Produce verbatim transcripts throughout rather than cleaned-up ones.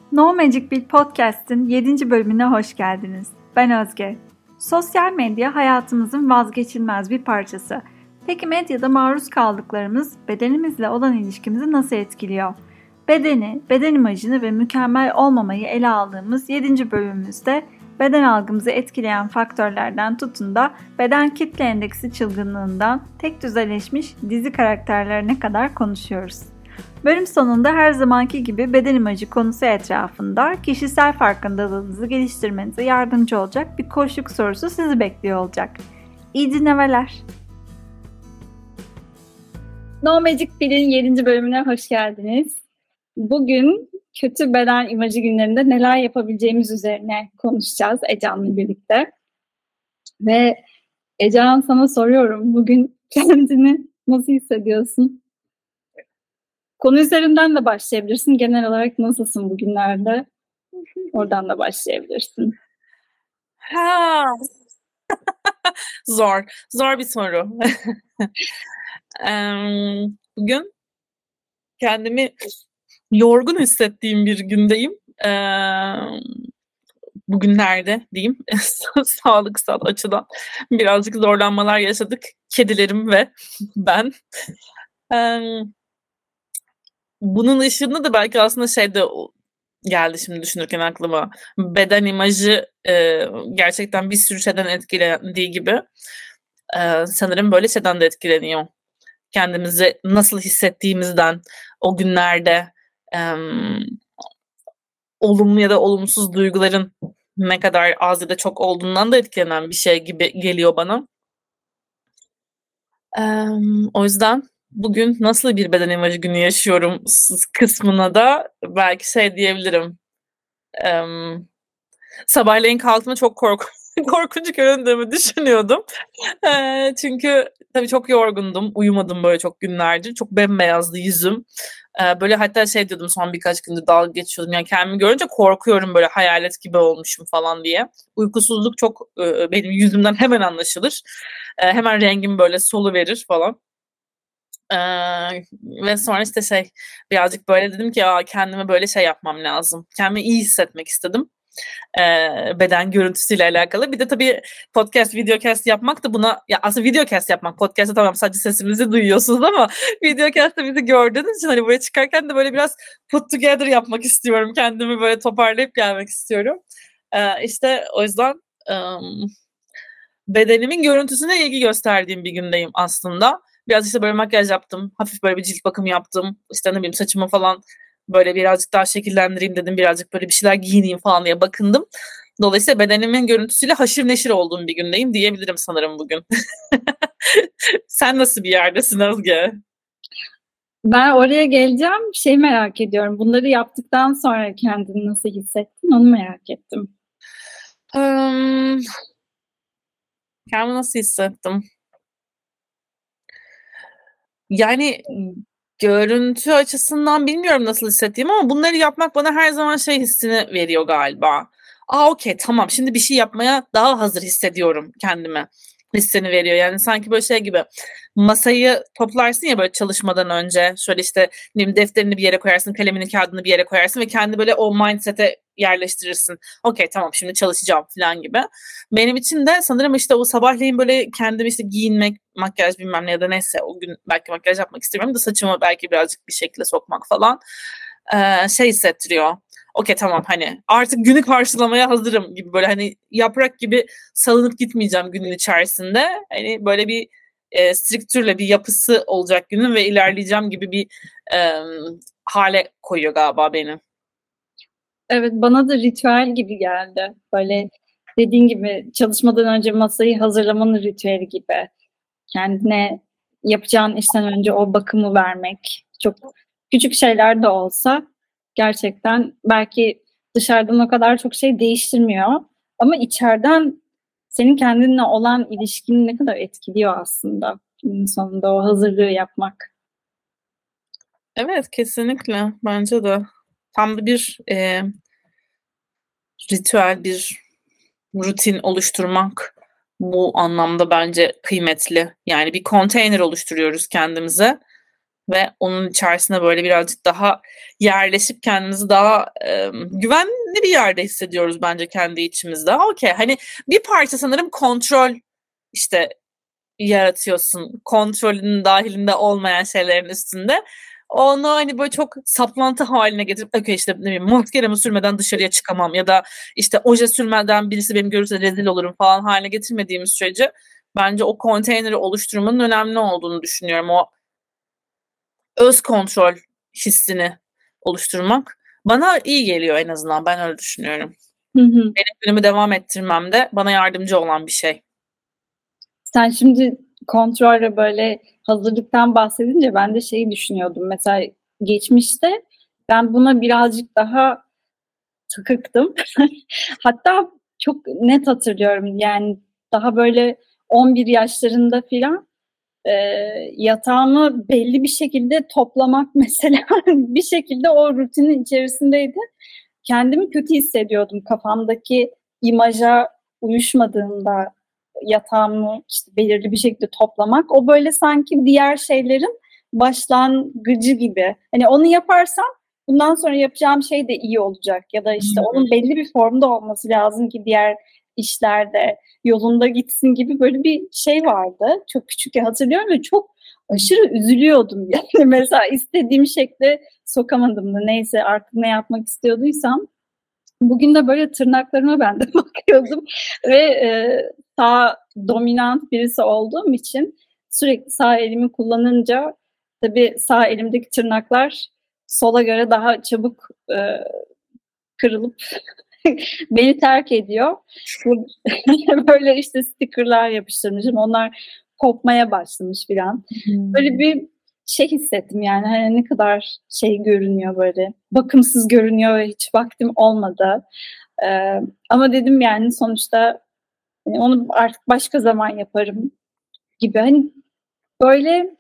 No Magic Pill Podcast'in yedinci bölümüne hoş geldiniz. Ben Özge. Sosyal medya hayatımızın vazgeçilmez bir parçası. Peki medyada maruz kaldıklarımız bedenimizle olan ilişkimizi nasıl etkiliyor? Bedeni, beden imajını ve mükemmel olmamayı ele aldığımız yedinci bölümümüzde beden algımızı etkileyen faktörlerden tutun da beden kitle endeksi çılgınlığından tek düzeleşmiş dizi karakterlerine kadar konuşuyoruz. Bölüm sonunda her zamanki gibi beden imajı konusu etrafında kişisel farkındalığınızı geliştirmenize yardımcı olacak bir koçluk sorusu sizi bekliyor olacak. İyi dinlemeler. No Magic Pill'in yedinci bölümüne hoş geldiniz. Bugün kötü beden imajı günlerinde neler yapabileceğimiz üzerine konuşacağız Ecan'la birlikte. Ve Ecan, sana soruyorum, bugün kendini nasıl hissediyorsun? Konu üzerinden de başlayabilirsin. Genel olarak nasılsın bugünlerde? Oradan da başlayabilirsin. Ha. Zor. Zor bir soru. Bugün kendimi yorgun hissettiğim bir gündeyim. Bugünlerde diyeyim. Sağlıksal açıdan birazcık zorlanmalar yaşadık. Kedilerim ve ben. Bunun ışığında da belki aslında şeyde geldi şimdi düşünürken aklıma. Beden imajı e, gerçekten bir sürü şeyden etkilendiği gibi e, sanırım böyle şeyden de etkileniyor. Kendimizi nasıl hissettiğimizden, o günlerde e, olumlu ya da olumsuz duyguların ne kadar az ya da çok olduğundan da etkilenen bir şey gibi geliyor bana. E, o yüzden bugün nasıl bir beden imajı günü yaşıyorum kısmına da belki şey diyebilirim. Ee, sabahleyin kalktığımda çok kork korkunç göründüğümü düşünüyordum. Ee, çünkü tabii çok yorgundum. Uyumadım böyle çok günlerdir. Çok bembeyazdı yüzüm. Ee, böyle hatta şey diyordum, son birkaç gündür dalga geçiyordum. Yani kendimi görünce korkuyorum, böyle hayalet gibi olmuşum falan diye. Uykusuzluk çok e, benim yüzümden hemen anlaşılır. E, hemen rengim böyle soluverir falan. Ee, ve sonra işte şey birazcık böyle dedim ki ya kendime böyle şey yapmam lazım. Kendimi iyi hissetmek istedim. Ee, beden görüntüsüyle alakalı. Bir de tabii podcast, videocast yapmak da buna, ya aslında videocast yapmak, podcast'ta tamam sadece sesimizi duyuyorsunuz ama videocast'ta bizi gördüğünüz için hani buraya çıkarken de böyle biraz put together yapmak istiyorum. Kendimi böyle toparlayıp gelmek istiyorum. Ee, işte o yüzden um, bedenimin görüntüsüne ilgi gösterdiğim bir gündeyim aslında. Biraz işte böyle makyaj yaptım. Hafif böyle bir cilt bakımı yaptım. İşte ne bileyim saçımı falan böyle birazcık daha şekillendireyim dedim. Birazcık böyle bir şeyler giyineyim falan diye bakındım. Dolayısıyla bedenimin görüntüsüyle haşır neşir olduğum bir gündeyim diyebilirim sanırım bugün. Sen nasıl bir yerdesin Özge? Ben oraya geleceğim. Şey merak ediyorum. Bunları yaptıktan sonra kendini nasıl hissettin? Onu merak ettim. Hmm, kendimi nasıl hissettim? Yani görüntü açısından bilmiyorum nasıl hissettiğimi ama bunları yapmak bana her zaman şey hissini veriyor galiba. Aa okey tamam, şimdi bir şey yapmaya daha hazır hissediyorum kendime hissini veriyor. Yani sanki böyle şey gibi, masayı toplarsın ya böyle çalışmadan önce, şöyle işte ne bileyim defterini bir yere koyarsın, kalemini kağıdını bir yere koyarsın ve kendi böyle o mindset'e yerleştirirsin. Okey tamam şimdi çalışacağım falan gibi. Benim için de sanırım işte o sabahleyin böyle kendimi işte giyinmek, makyaj bilmem ne ya da neyse, o gün belki makyaj yapmak istemiyorum da saçımı belki birazcık bir şekilde sokmak falan ee, şey hissettiriyor. Okey tamam, hani artık günü karşılamaya hazırım gibi, böyle hani yaprak gibi salınıp gitmeyeceğim günün içerisinde. Hani böyle bir e, strüktürle bir yapısı olacak günün ve ilerleyeceğim gibi bir e, hale koyuyor galiba beni. Evet, bana da ritüel gibi geldi. Böyle dediğin gibi çalışmadan önce masayı hazırlamanın ritüeli gibi. Kendine yapacağın işten önce o bakımı vermek. Çok küçük şeyler de olsa gerçekten belki dışarıdan o kadar çok şey değiştirmiyor. Ama içeriden senin kendinle olan ilişkini ne kadar etkiliyor aslında. Günün sonunda o hazırlığı yapmak. Evet, kesinlikle. Bence de. Tam da bir e, ritüel, bir rutin oluşturmak bu anlamda bence kıymetli. Yani bir konteyner oluşturuyoruz kendimize. ve onun içerisine böyle birazcık daha yerleşip kendimizi daha e, güvenli bir yerde hissediyoruz bence kendi içimizde. Okey, hani bir parça sanırım kontrol işte yaratıyorsun. Kontrolünün dahilinde olmayan şeylerin üstünde. Onu hani böyle çok saplantı haline getirip okey işte ne bileyim maskeremi sürmeden dışarıya çıkamam ya da işte oje sürmeden birisi beni görürse rezil olurum falan haline getirmediğimiz sürece bence o konteyneri oluşturmanın önemli olduğunu düşünüyorum. O öz kontrol hissini oluşturmak bana iyi geliyor, en azından ben öyle düşünüyorum. Hı hı. Benim günümü devam ettirmemde bana yardımcı olan bir şey. Sen şimdi kontrolle böyle hazırlıktan bahsedince ben de şeyi düşünüyordum. Mesela geçmişte ben buna birazcık daha takıktım. Hatta çok net hatırlıyorum. Yani daha böyle on bir yaşlarında filan e, yatağımı belli bir şekilde toplamak mesela bir şekilde o rutinin içerisindeydi. Kendimi kötü hissediyordum kafamdaki imaja uyuşmadığında yatağımı işte belirli bir şekilde toplamak. O böyle sanki diğer şeylerin başlangıcı gibi. Hani onu yaparsam bundan sonra yapacağım şey de iyi olacak ya da işte onun belli bir formda olması lazım ki diğer işlerde yolunda gitsin gibi böyle bir şey vardı. Çok küçük ya hatırlıyorum ve çok aşırı üzülüyordum. Yani mesela istediğim şekle sokamadım da neyse artık ne yapmak istiyorduysam. Bugün de böyle tırnaklarıma ben de bakıyordum ve e, sağ dominant birisi olduğum için sürekli sağ elimi kullanınca tabii sağ elimdeki tırnaklar sola göre daha çabuk e, kırılıp beni terk ediyor. Böyle işte stickerlar yapıştırmışım. Onlar kopmaya başlamış filan. Böyle bir şey hissettim yani hani ne kadar şey görünüyor böyle bakımsız görünüyor ve hiç vaktim olmadı. Ee, ama dedim yani sonuçta hani onu artık başka zaman yaparım gibi. Hani böyle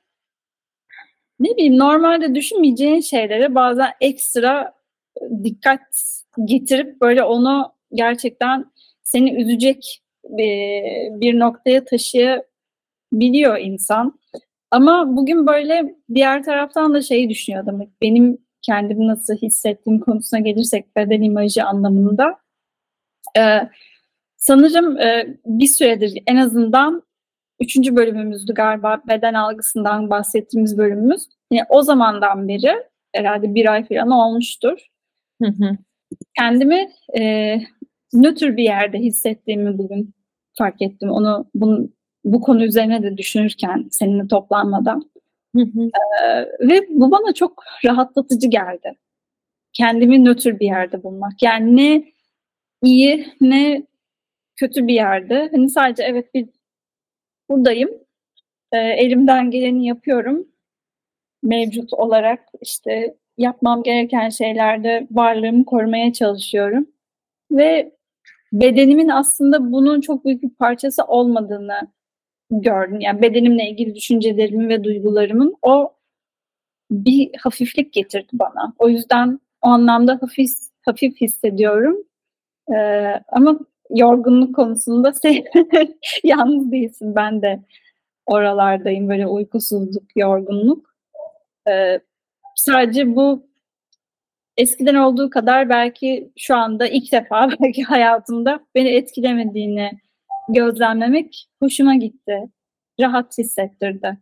ne bileyim normalde düşünmeyeceğin şeylere bazen ekstra dikkat getirip böyle onu gerçekten seni üzecek bir, bir noktaya taşıyabiliyor insan. Ama bugün böyle diğer taraftan da şeyi düşünüyordum. Benim kendimi nasıl hissettiğim konusuna gelirsek beden imajı anlamında. Ee, sanırım e, bir süredir en azından üçüncü bölümümüzdü galiba beden algısından bahsettiğimiz bölümümüz. Yani o zamandan beri herhalde bir ay falan olmuştur. Hı hı. Kendimi e, nötr bir yerde hissettiğimi bugün fark ettim. Onu bunu, bu konu üzerine de düşünürken seninle toplanmadan. Hı hı. Ee, ve bu bana çok rahatlatıcı geldi. Kendimi nötr bir yerde bulmak. Yani ne iyi ne kötü bir yerde. Hani sadece evet bir buradayım. Ee, elimden geleni yapıyorum. Mevcut olarak işte yapmam gereken şeylerde varlığımı korumaya çalışıyorum. Ve bedenimin aslında bunun çok büyük bir parçası olmadığını gördüm. Yani bedenimle ilgili düşüncelerimin ve duygularımın o bir hafiflik getirdi bana. O yüzden o anlamda hafif hafif hissediyorum. Ee, ama yorgunluk konusunda sen yalnız değilsin. Ben de oralardayım. Böyle uykusuzluk, yorgunluk. Ee, sadece bu eskiden olduğu kadar belki şu anda ilk defa belki hayatımda beni etkilemediğini gözlemlemek hoşuma gitti. Rahat hissettirdi.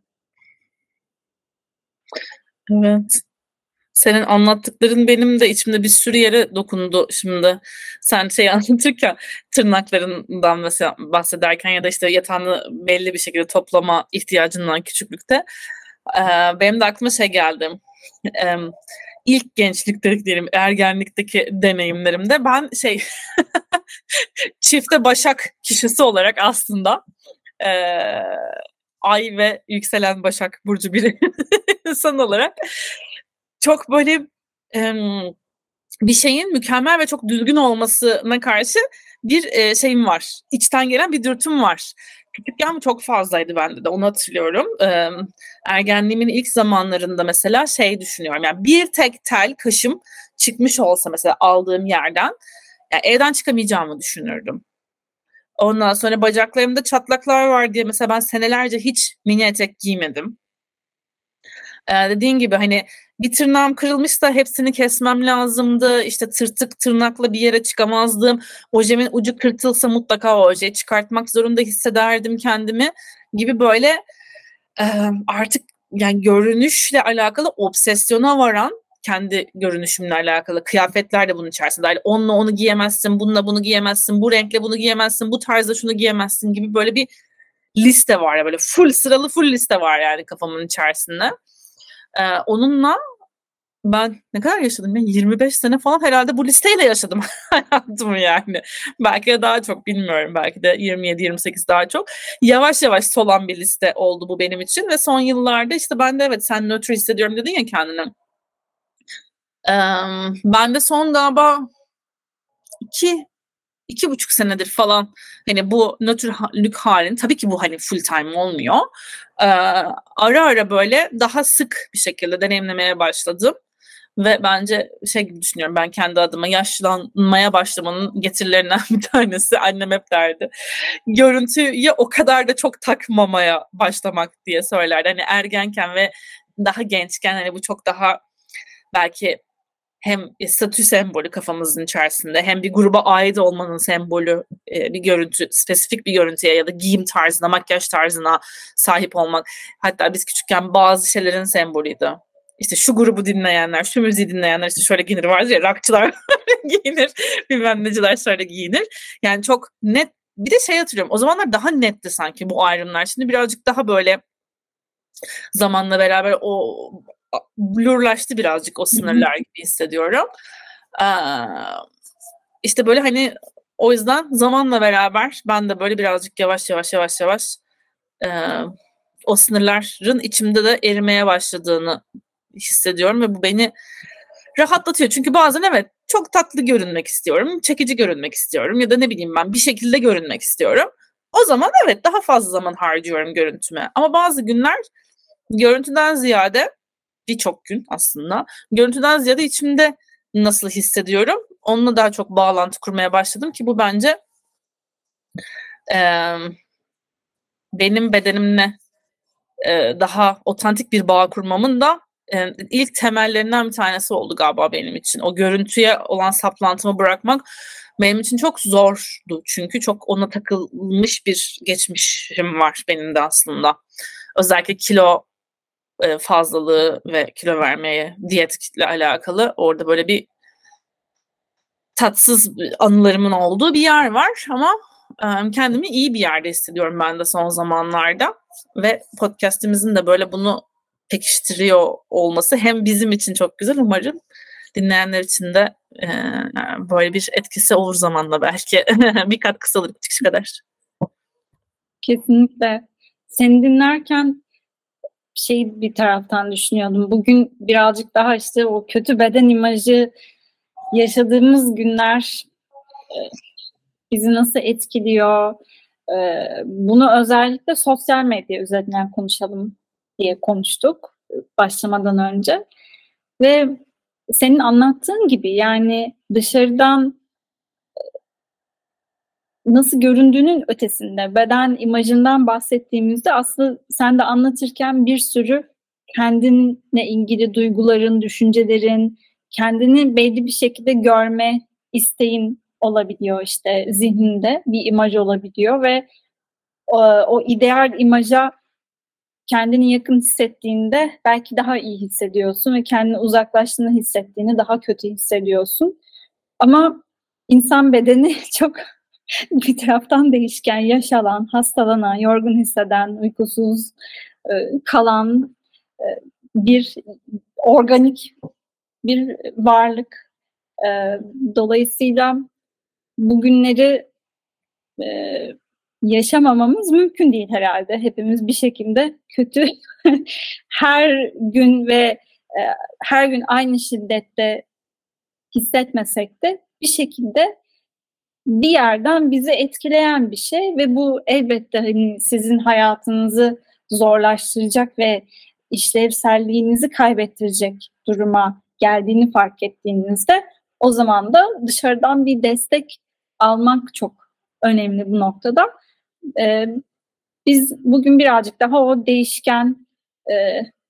Evet. Senin anlattıkların benim de içimde bir sürü yere dokundu şimdi. Sen şey anlatırken tırnaklarından mesela bahsederken ya da işte yatağını belli bir şekilde toplama ihtiyacından küçüklükte. Ee, benim de aklıma şey geldi. Ee, ilk gençlikte diyelim ergenlikteki deneyimlerimde ben şey çifte başak kişisi olarak aslında e, ay ve yükselen başak burcu biri insan olarak çok böyle e, bir şeyin mükemmel ve çok düzgün olmasına karşı bir e, şeyim var. İçten gelen bir dürtüm var. Küçükken bu çok fazlaydı bende de, onu hatırlıyorum. E, ergenliğimin ilk zamanlarında mesela şey düşünüyorum. Yani bir tek tel kaşım çıkmış olsa mesela aldığım yerden, yani evden çıkamayacağımı düşünürdüm. Ondan sonra bacaklarımda çatlaklar var diye mesela ben senelerce hiç mini etek giymedim. Ee, dediğin gibi hani bir tırnağım kırılmışsa hepsini kesmem lazımdı. İşte tırtık tırnakla bir yere çıkamazdım. Ojemin ucu kırtılsa mutlaka o ojeyi çıkartmak zorunda hissederdim kendimi gibi böyle e, artık yani görünüşle alakalı obsesyona varan, kendi görünüşümle alakalı, kıyafetler de bunun içerisinde. Yani onunla onu giyemezsin, bununla bunu giyemezsin, bu renkle bunu giyemezsin, bu tarzda şunu giyemezsin gibi böyle bir liste var ya, böyle full sıralı full liste var yani kafamın içerisinde. Ee, onunla ben ne kadar yaşadım ya? yirmi beş sene falan herhalde bu listeyle yaşadım hayatımı yani. Belki de daha çok bilmiyorum. Belki de yirmi yedi yirmi sekiz daha çok. Yavaş yavaş solan bir liste oldu bu benim için ve son yıllarda işte ben de evet sen nötr hissediyorum dedin ya kendine. Ee, ben de son galiba iki iki buçuk senedir falan hani bu nötrlük halini, tabii ki bu hani full time olmuyor. Ee, ara ara böyle daha sık bir şekilde deneyimlemeye başladım. Ve bence şey gibi düşünüyorum ben kendi adıma, yaşlanmaya başlamanın getirilerinden bir tanesi, annem hep derdi, görüntüye o kadar da çok takmamaya başlamak diye söylerdi. Hani ergenken ve daha gençken hani bu çok daha belki hem statü sembolü kafamızın içerisinde, hem bir gruba ait olmanın sembolü, bir görüntü, spesifik bir görüntüye ya da giyim tarzına, makyaj tarzına sahip olmak. Hatta biz küçükken bazı şeylerin sembolüydü. İşte şu grubu dinleyenler, şu müziği dinleyenler işte şöyle giyinir, vardır ya, rockçılar giyinir, bilmem neciler şöyle giyinir. Yani çok net. Bir de şey hatırlıyorum, o zamanlar daha netti sanki bu ayrımlar. Şimdi birazcık daha böyle zamanla beraber o blurlaştı birazcık o sınırlar gibi hissediyorum. Ee, işte böyle hani o yüzden zamanla beraber ben de böyle birazcık yavaş yavaş yavaş yavaş e, o sınırların içimde de erimeye başladığını hissediyorum ve bu beni rahatlatıyor. Çünkü bazen evet çok tatlı görünmek istiyorum, çekici görünmek istiyorum ya da ne bileyim ben bir şekilde görünmek istiyorum. O zaman evet daha fazla zaman harcıyorum görüntüme. Ama bazı günler görüntüden ziyade, birçok gün aslında, görüntüden ziyade içimde nasıl hissediyorum onunla daha çok bağlantı kurmaya başladım ki bu bence e, benim bedenimle e, daha otantik bir bağ kurmamın da e, ilk temellerinden bir tanesi oldu galiba benim için. O görüntüye olan saplantımı bırakmak benim için çok zordu. Çünkü çok ona takılmış bir geçmişim var benim de aslında. Özellikle kilo e, fazlalığı ve kilo vermeye, diyetle alakalı orada böyle bir tatsız anılarımın olduğu bir yer var ama e, kendimi iyi bir yerde hissediyorum ben de son zamanlarda ve podcast'imizin de böyle bunu pekiştiriyor olması hem bizim için çok güzel, umarım dinleyenler için de e, böyle bir etkisi olur zamanla, belki bir katkısı olur küçük kadar. Kesinlikle. Seni dinlerken şey bir taraftan düşünüyordum. Bugün birazcık daha işte o kötü beden imajı yaşadığımız günler e, bizi nasıl etkiliyor? E, bunu özellikle sosyal medya üzerinden konuşalım diye konuştuk başlamadan önce. Ve senin anlattığın gibi yani dışarıdan nasıl göründüğünün ötesinde beden imajından bahsettiğimizde aslında sen de anlatırken bir sürü kendinle ilgili duyguların, düşüncelerin, kendini belli bir şekilde görme isteğin olabiliyor, işte zihninde bir imaj olabiliyor ve o, o ideal imaja kendini yakın hissettiğinde belki daha iyi hissediyorsun ve kendini uzaklaştığını hissettiğini daha kötü hissediyorsun. Ama insan bedeni çok bir taraftan değişken, yaş alan, hastalanan, yorgun hisseden, uykusuz e, kalan e, bir organik bir varlık. E, dolayısıyla bugünleri e, yaşamamamız mümkün değil herhalde. Hepimiz bir şekilde kötü her gün ve e, her gün aynı şiddette hissetmesek de bir şekilde bir yerden bizi etkileyen bir şey ve bu elbette hani sizin hayatınızı zorlaştıracak ve işlevselliğinizi kaybettirecek duruma geldiğini fark ettiğinizde o zaman da dışarıdan bir destek almak çok önemli bu noktada. Ee, biz bugün birazcık daha o değişken e,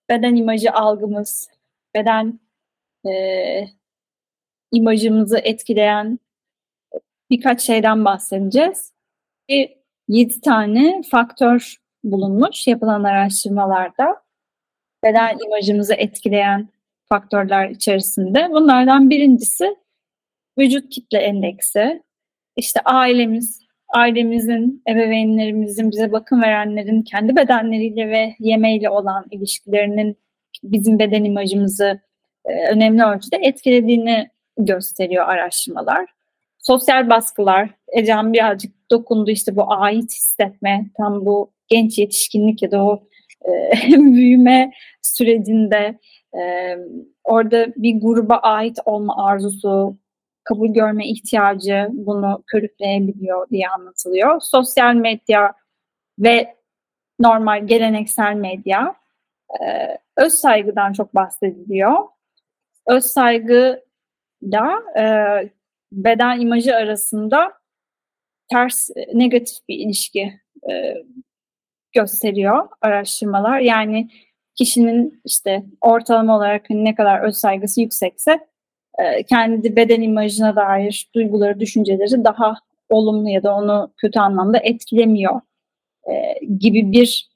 beden imajı algımız, beden e, imajımızı etkileyen birkaç şeyden bahsedeceğiz. Bir, yedi tane faktör bulunmuş yapılan araştırmalarda. Beden imajımızı etkileyen faktörler içerisinde. Bunlardan birincisi vücut kitle endeksi. İşte ailemiz, ailemizin, ebeveynlerimizin, bize bakım verenlerin kendi bedenleriyle ve yemeğiyle olan ilişkilerinin bizim beden imajımızı e, önemli ölçüde etkilediğini gösteriyor araştırmalar. Sosyal baskılar, Ecem birazcık dokundu, işte bu ait hissetme, tam bu genç yetişkinlik ya da o e, büyüme sürecinde e, orada bir gruba ait olma arzusu, kabul görme ihtiyacı bunu körükleyebiliyor diye anlatılıyor. Sosyal medya ve normal geleneksel medya, e, öz saygıdan çok bahsediliyor. Öz saygıyla e, beden imajı arasında ters, negatif bir ilişki e, gösteriyor araştırmalar. Yani kişinin işte ortalama olarak ne kadar öz saygısı yüksekse e, kendi beden imajına dair duyguları, düşünceleri daha olumlu ya da onu kötü anlamda etkilemiyor e, gibi bir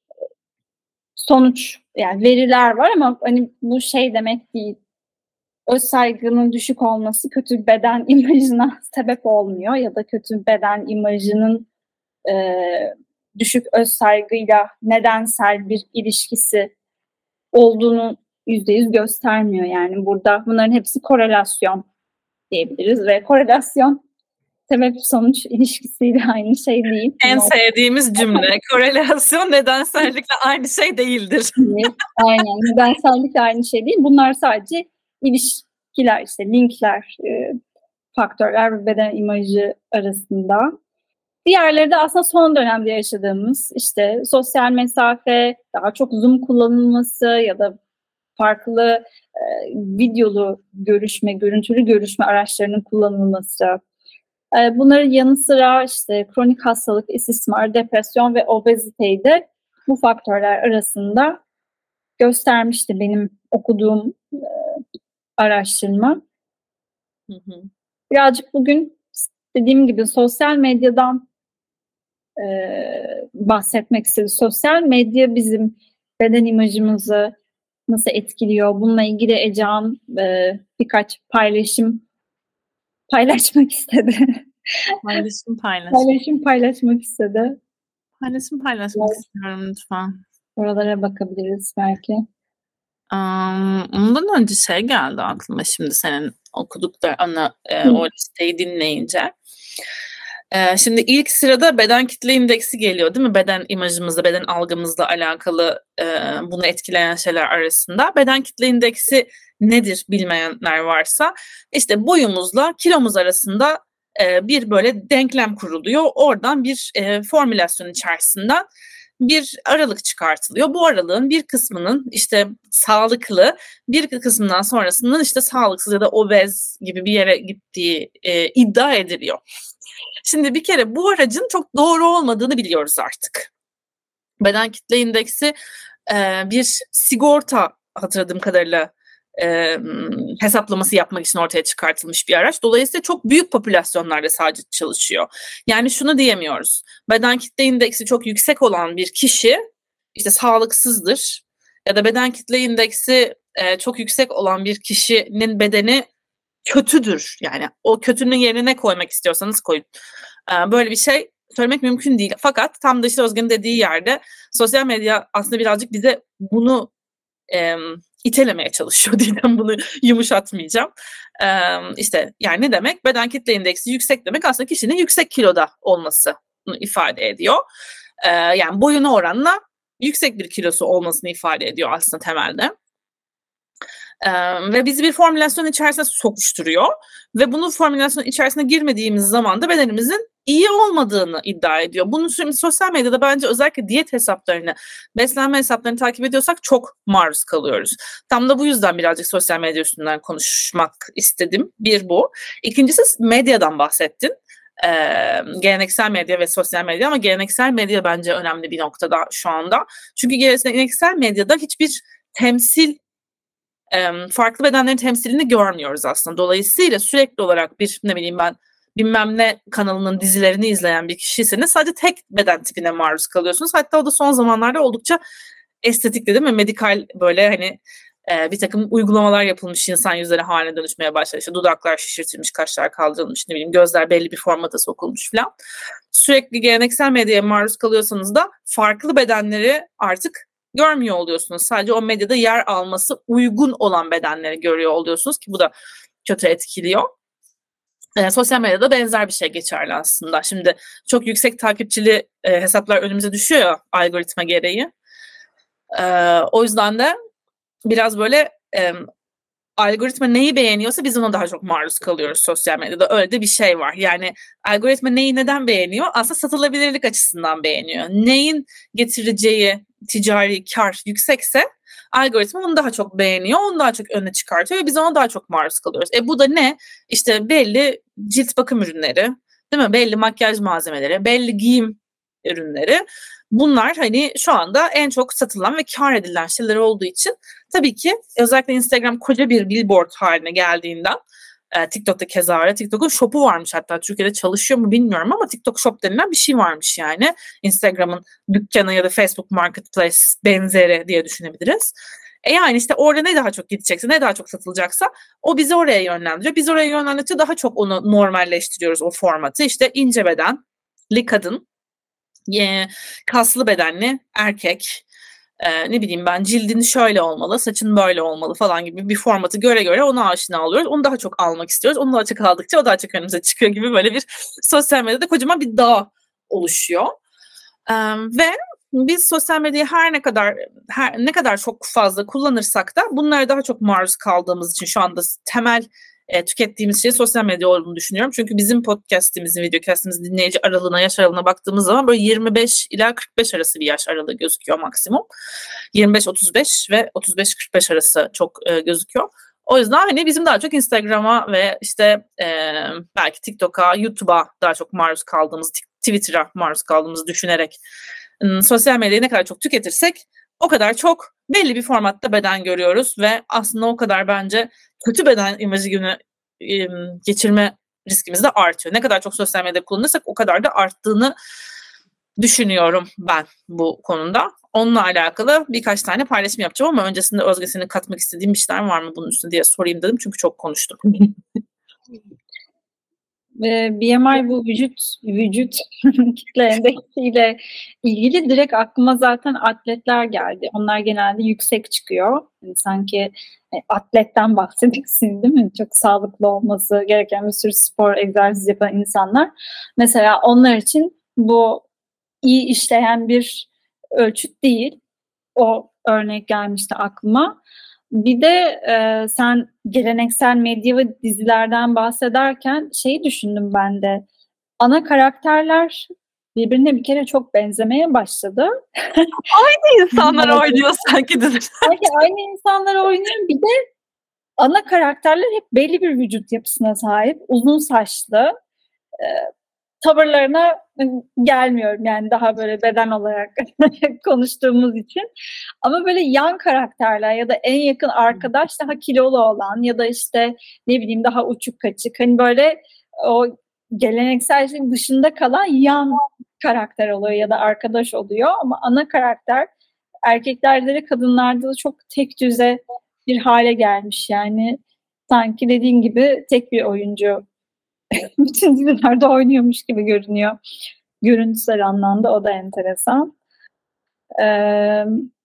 sonuç, yani veriler var ama hani bu şey demek değil. Öz saygının düşük olması kötü beden imajına sebep olmuyor ya da kötü beden imajının e, düşük öz saygıyla nedensel bir ilişkisi olduğunu yüzde yüz göstermiyor. Yani burada bunların hepsi korelasyon diyebiliriz ve korelasyon sebep sonuç ilişkisiyle aynı şey değil. En sevdiğimiz cümle, korelasyon nedensellikle aynı şey değildir. Aynen, nedensellikle aynı şey değil. Bunlar sadece ilişkiler, işte linkler, e, faktörler ve beden imajı arasında. Diğerleri de aslında son dönemde yaşadığımız işte sosyal mesafe, daha çok Zoom kullanılması ya da farklı e, videolu görüşme, görüntülü görüşme araçlarının kullanılması. E, bunların yanı sıra işte kronik hastalık, istismar, depresyon ve obeziteyi de bu faktörler arasında göstermişti benim okuduğum e, araştırma. Hı hı. Birazcık bugün dediğim gibi sosyal medyadan e, bahsetmek istedim. Sosyal medya bizim beden imajımızı nasıl etkiliyor? Bununla ilgili Ecehan e, birkaç paylaşım paylaşmak istedi. Paylaşım paylaş. Paylaşım paylaşmak istedi. Paylaşım paylaşmak evet. istiyorum lütfen. Oralara bakabiliriz belki. Um, ondan önce şey geldi aklıma şimdi senin okuduklarını e, o listeyi dinleyince. E, şimdi ilk sırada beden kitle indeksi geliyor değil mi? Beden imajımızla, beden algımızla alakalı e, bunu etkileyen şeyler arasında. Beden kitle indeksi nedir bilmeyenler varsa, işte boyumuzla kilomuz arasında e, bir böyle denklem kuruluyor. Oradan bir e, formülasyon içerisinden bir aralık çıkartılıyor. Bu aralığın bir kısmının işte sağlıklı, bir kısmından sonrasının işte sağlıksız ya da obez gibi bir yere gittiği e, iddia ediliyor. Şimdi bir kere bu aracın çok doğru olmadığını biliyoruz artık. Beden kitle indeksi e, bir sigorta, hatırladığım kadarıyla e, hesaplaması yapmak için ortaya çıkartılmış bir araç. Dolayısıyla çok büyük popülasyonlarda sadece çalışıyor. Yani şunu diyemiyoruz. Beden kitle indeksi çok yüksek olan bir kişi işte sağlıksızdır ya da beden kitle indeksi e, çok yüksek olan bir kişinin bedeni kötüdür. Yani o kötünün yerine ne koymak istiyorsanız koyun. E, böyle bir şey söylemek mümkün değil. Fakat tam da işte Özge'nin dediği yerde sosyal medya aslında birazcık bize bunu e, itelemeye çalışıyor diyeceğim, bunu yumuşatmayacağım. Ee, işte yani ne demek? Beden kitle indeksi yüksek demek aslında kişinin yüksek kiloda olmasını ifade ediyor. Ee, yani boyuna oranla yüksek bir kilosu olmasını ifade ediyor aslında temelde. Ee, ve bizi bir formülasyon içerisine sokuşturuyor ve bunun formülasyon içerisine girmediğimiz zaman da bedenimizin iyi olmadığını iddia ediyor. Bunu şimdi sosyal medyada bence özellikle diyet hesaplarını, beslenme hesaplarını takip ediyorsak çok maruz kalıyoruz. Tam da bu yüzden birazcık sosyal medya üstünden konuşmak istedim. Bir bu. İkincisi medyadan bahsettin. Ee, geleneksel medya ve sosyal medya, ama geleneksel medya bence önemli bir noktada şu anda. Çünkü geleneksel medyada hiçbir temsil farklı bedenlerin temsilini görmüyoruz aslında. Dolayısıyla sürekli olarak bir ne bileyim ben bilmem ne kanalının dizilerini izleyen bir kişiyseniz sadece tek beden tipine maruz kalıyorsunuz. Hatta o da son zamanlarda oldukça estetikli değil mi? Medikal böyle hani e, bir takım uygulamalar yapılmış, insan yüzleri haline dönüşmeye başladı. İşte dudaklar şişirtilmiş, kaşlar kaldırılmış, ne bileyim gözler belli bir formata sokulmuş falan. Sürekli geleneksel medyaya maruz kalıyorsanız da farklı bedenleri artık görmüyor oluyorsunuz. Sadece o medyada yer alması uygun olan bedenleri görüyor oluyorsunuz ki bu da kötü etkiliyor. E, sosyal medyada benzer bir şey geçerli aslında. Şimdi çok yüksek takipçili e, hesaplar önümüze düşüyor ya algoritma gereği. E, o yüzden de biraz böyle e, algoritma neyi beğeniyorsa biz ona daha çok maruz kalıyoruz sosyal medyada. Öyle de bir şey var. Yani algoritma neyi neden beğeniyor? Aslında satılabilirlik açısından beğeniyor. Neyin getireceği ticari kar yüksekse algoritma onu daha çok beğeniyor, onu daha çok öne çıkartıyor ve biz ona daha çok maruz kalıyoruz. E bu da ne? İşte belli cilt bakım ürünleri, değil mi? Belli makyaj malzemeleri, belli giyim ürünleri. Bunlar hani şu anda en çok satılan ve kar edilen şeyler olduğu için tabii ki özellikle Instagram koca bir billboard haline geldiğinden e, TikTok'ta keza öyle. TikTok'un shop'u varmış, hatta Türkiye'de çalışıyor mu bilmiyorum ama TikTok shop denilen bir şey varmış yani. Instagram'ın dükkanı ya da Facebook Marketplace benzeri diye düşünebiliriz. E yani işte orada ne daha çok gidecekse, ne daha çok satılacaksa o bizi oraya yönlendiriyor. Biz oraya yönlendikçe daha çok onu normalleştiriyoruz, o formatı. İşte ince bedenli kadın, kaslı bedenli erkek, Ee, ne bileyim ben cildin şöyle olmalı, saçın böyle olmalı falan gibi bir formatı göre göre ona aşina oluyoruz. Onu daha çok almak istiyoruz. Onu daha çok aldıkça o daha çok önümüze çıkıyor gibi böyle bir sosyal medyada kocaman bir dağ oluşuyor. Ee, ve biz sosyal medyayı her ne kadar her ne kadar çok fazla kullanırsak da bunlara daha çok maruz kaldığımız için şu anda temel e, tükettiğimiz şey sosyal medya olduğunu düşünüyorum. Çünkü bizim podcast'imizin, videocast'imizin dinleyici aralığına, yaş aralığına baktığımız zaman böyle yirmi beş ila kırk beş arası bir yaş aralığı gözüküyor maksimum. yirmi beş otuz beş ve otuz beş kırk beş arası çok e, gözüküyor. O yüzden hani bizim daha çok Instagram'a ve işte e, belki TikTok'a, YouTube'a daha çok maruz kaldığımız, Twitter'a maruz kaldığımızı düşünerek ım, sosyal medyayı ne kadar çok tüketirsek o kadar çok belli bir formatta beden görüyoruz ve aslında o kadar bence kötü beden imajı günü e, geçirme riskimiz de artıyor. Ne kadar çok sosyal medya kullanırsak o kadar da arttığını düşünüyorum ben bu konuda. Onunla alakalı birkaç tane paylaşım yapacağım ama öncesinde Özge, senin katmak istediğin bir şeyler var mı bunun üstüne diye sorayım dedim çünkü çok konuştum. B M I bu vücut vücut kitle endeksiyle ilgili direkt aklıma zaten atletler geldi. Onlar genelde yüksek çıkıyor. Yani sanki atletten bahsediyorsun değil mi? Çok sağlıklı olması gereken bir sürü spor, egzersiz yapan insanlar. Mesela onlar için bu iyi işleyen bir ölçüt değil. O örnek gelmişti aklıma. Bir de e, sen geleneksel medya ve dizilerden bahsederken şeyi düşündüm ben de. Ana karakterler birbirine bir kere çok benzemeye başladı. Aynı insanlar oynuyor sanki diziler. Sanki aynı insanlar oynuyor. Bir de ana karakterler hep belli bir vücut yapısına sahip. Uzun saçlı. E, tavırlarına gelmiyorum yani daha böyle beden olarak konuştuğumuz için. Ama böyle yan karakterler ya da en yakın arkadaş daha kilolu olan ya da işte ne bileyim daha uçuk kaçık. Hani böyle o geleneksel şeyin dışında kalan yan karakter oluyor ya da arkadaş oluyor. Ama ana karakter erkeklerde de kadınlarda da çok tek düze bir hale gelmiş. Yani sanki dediğin gibi tek bir oyuncu bütün dizilerde oynuyormuş gibi görünüyor. Görüntüsel anlamda o da enteresan. Ee,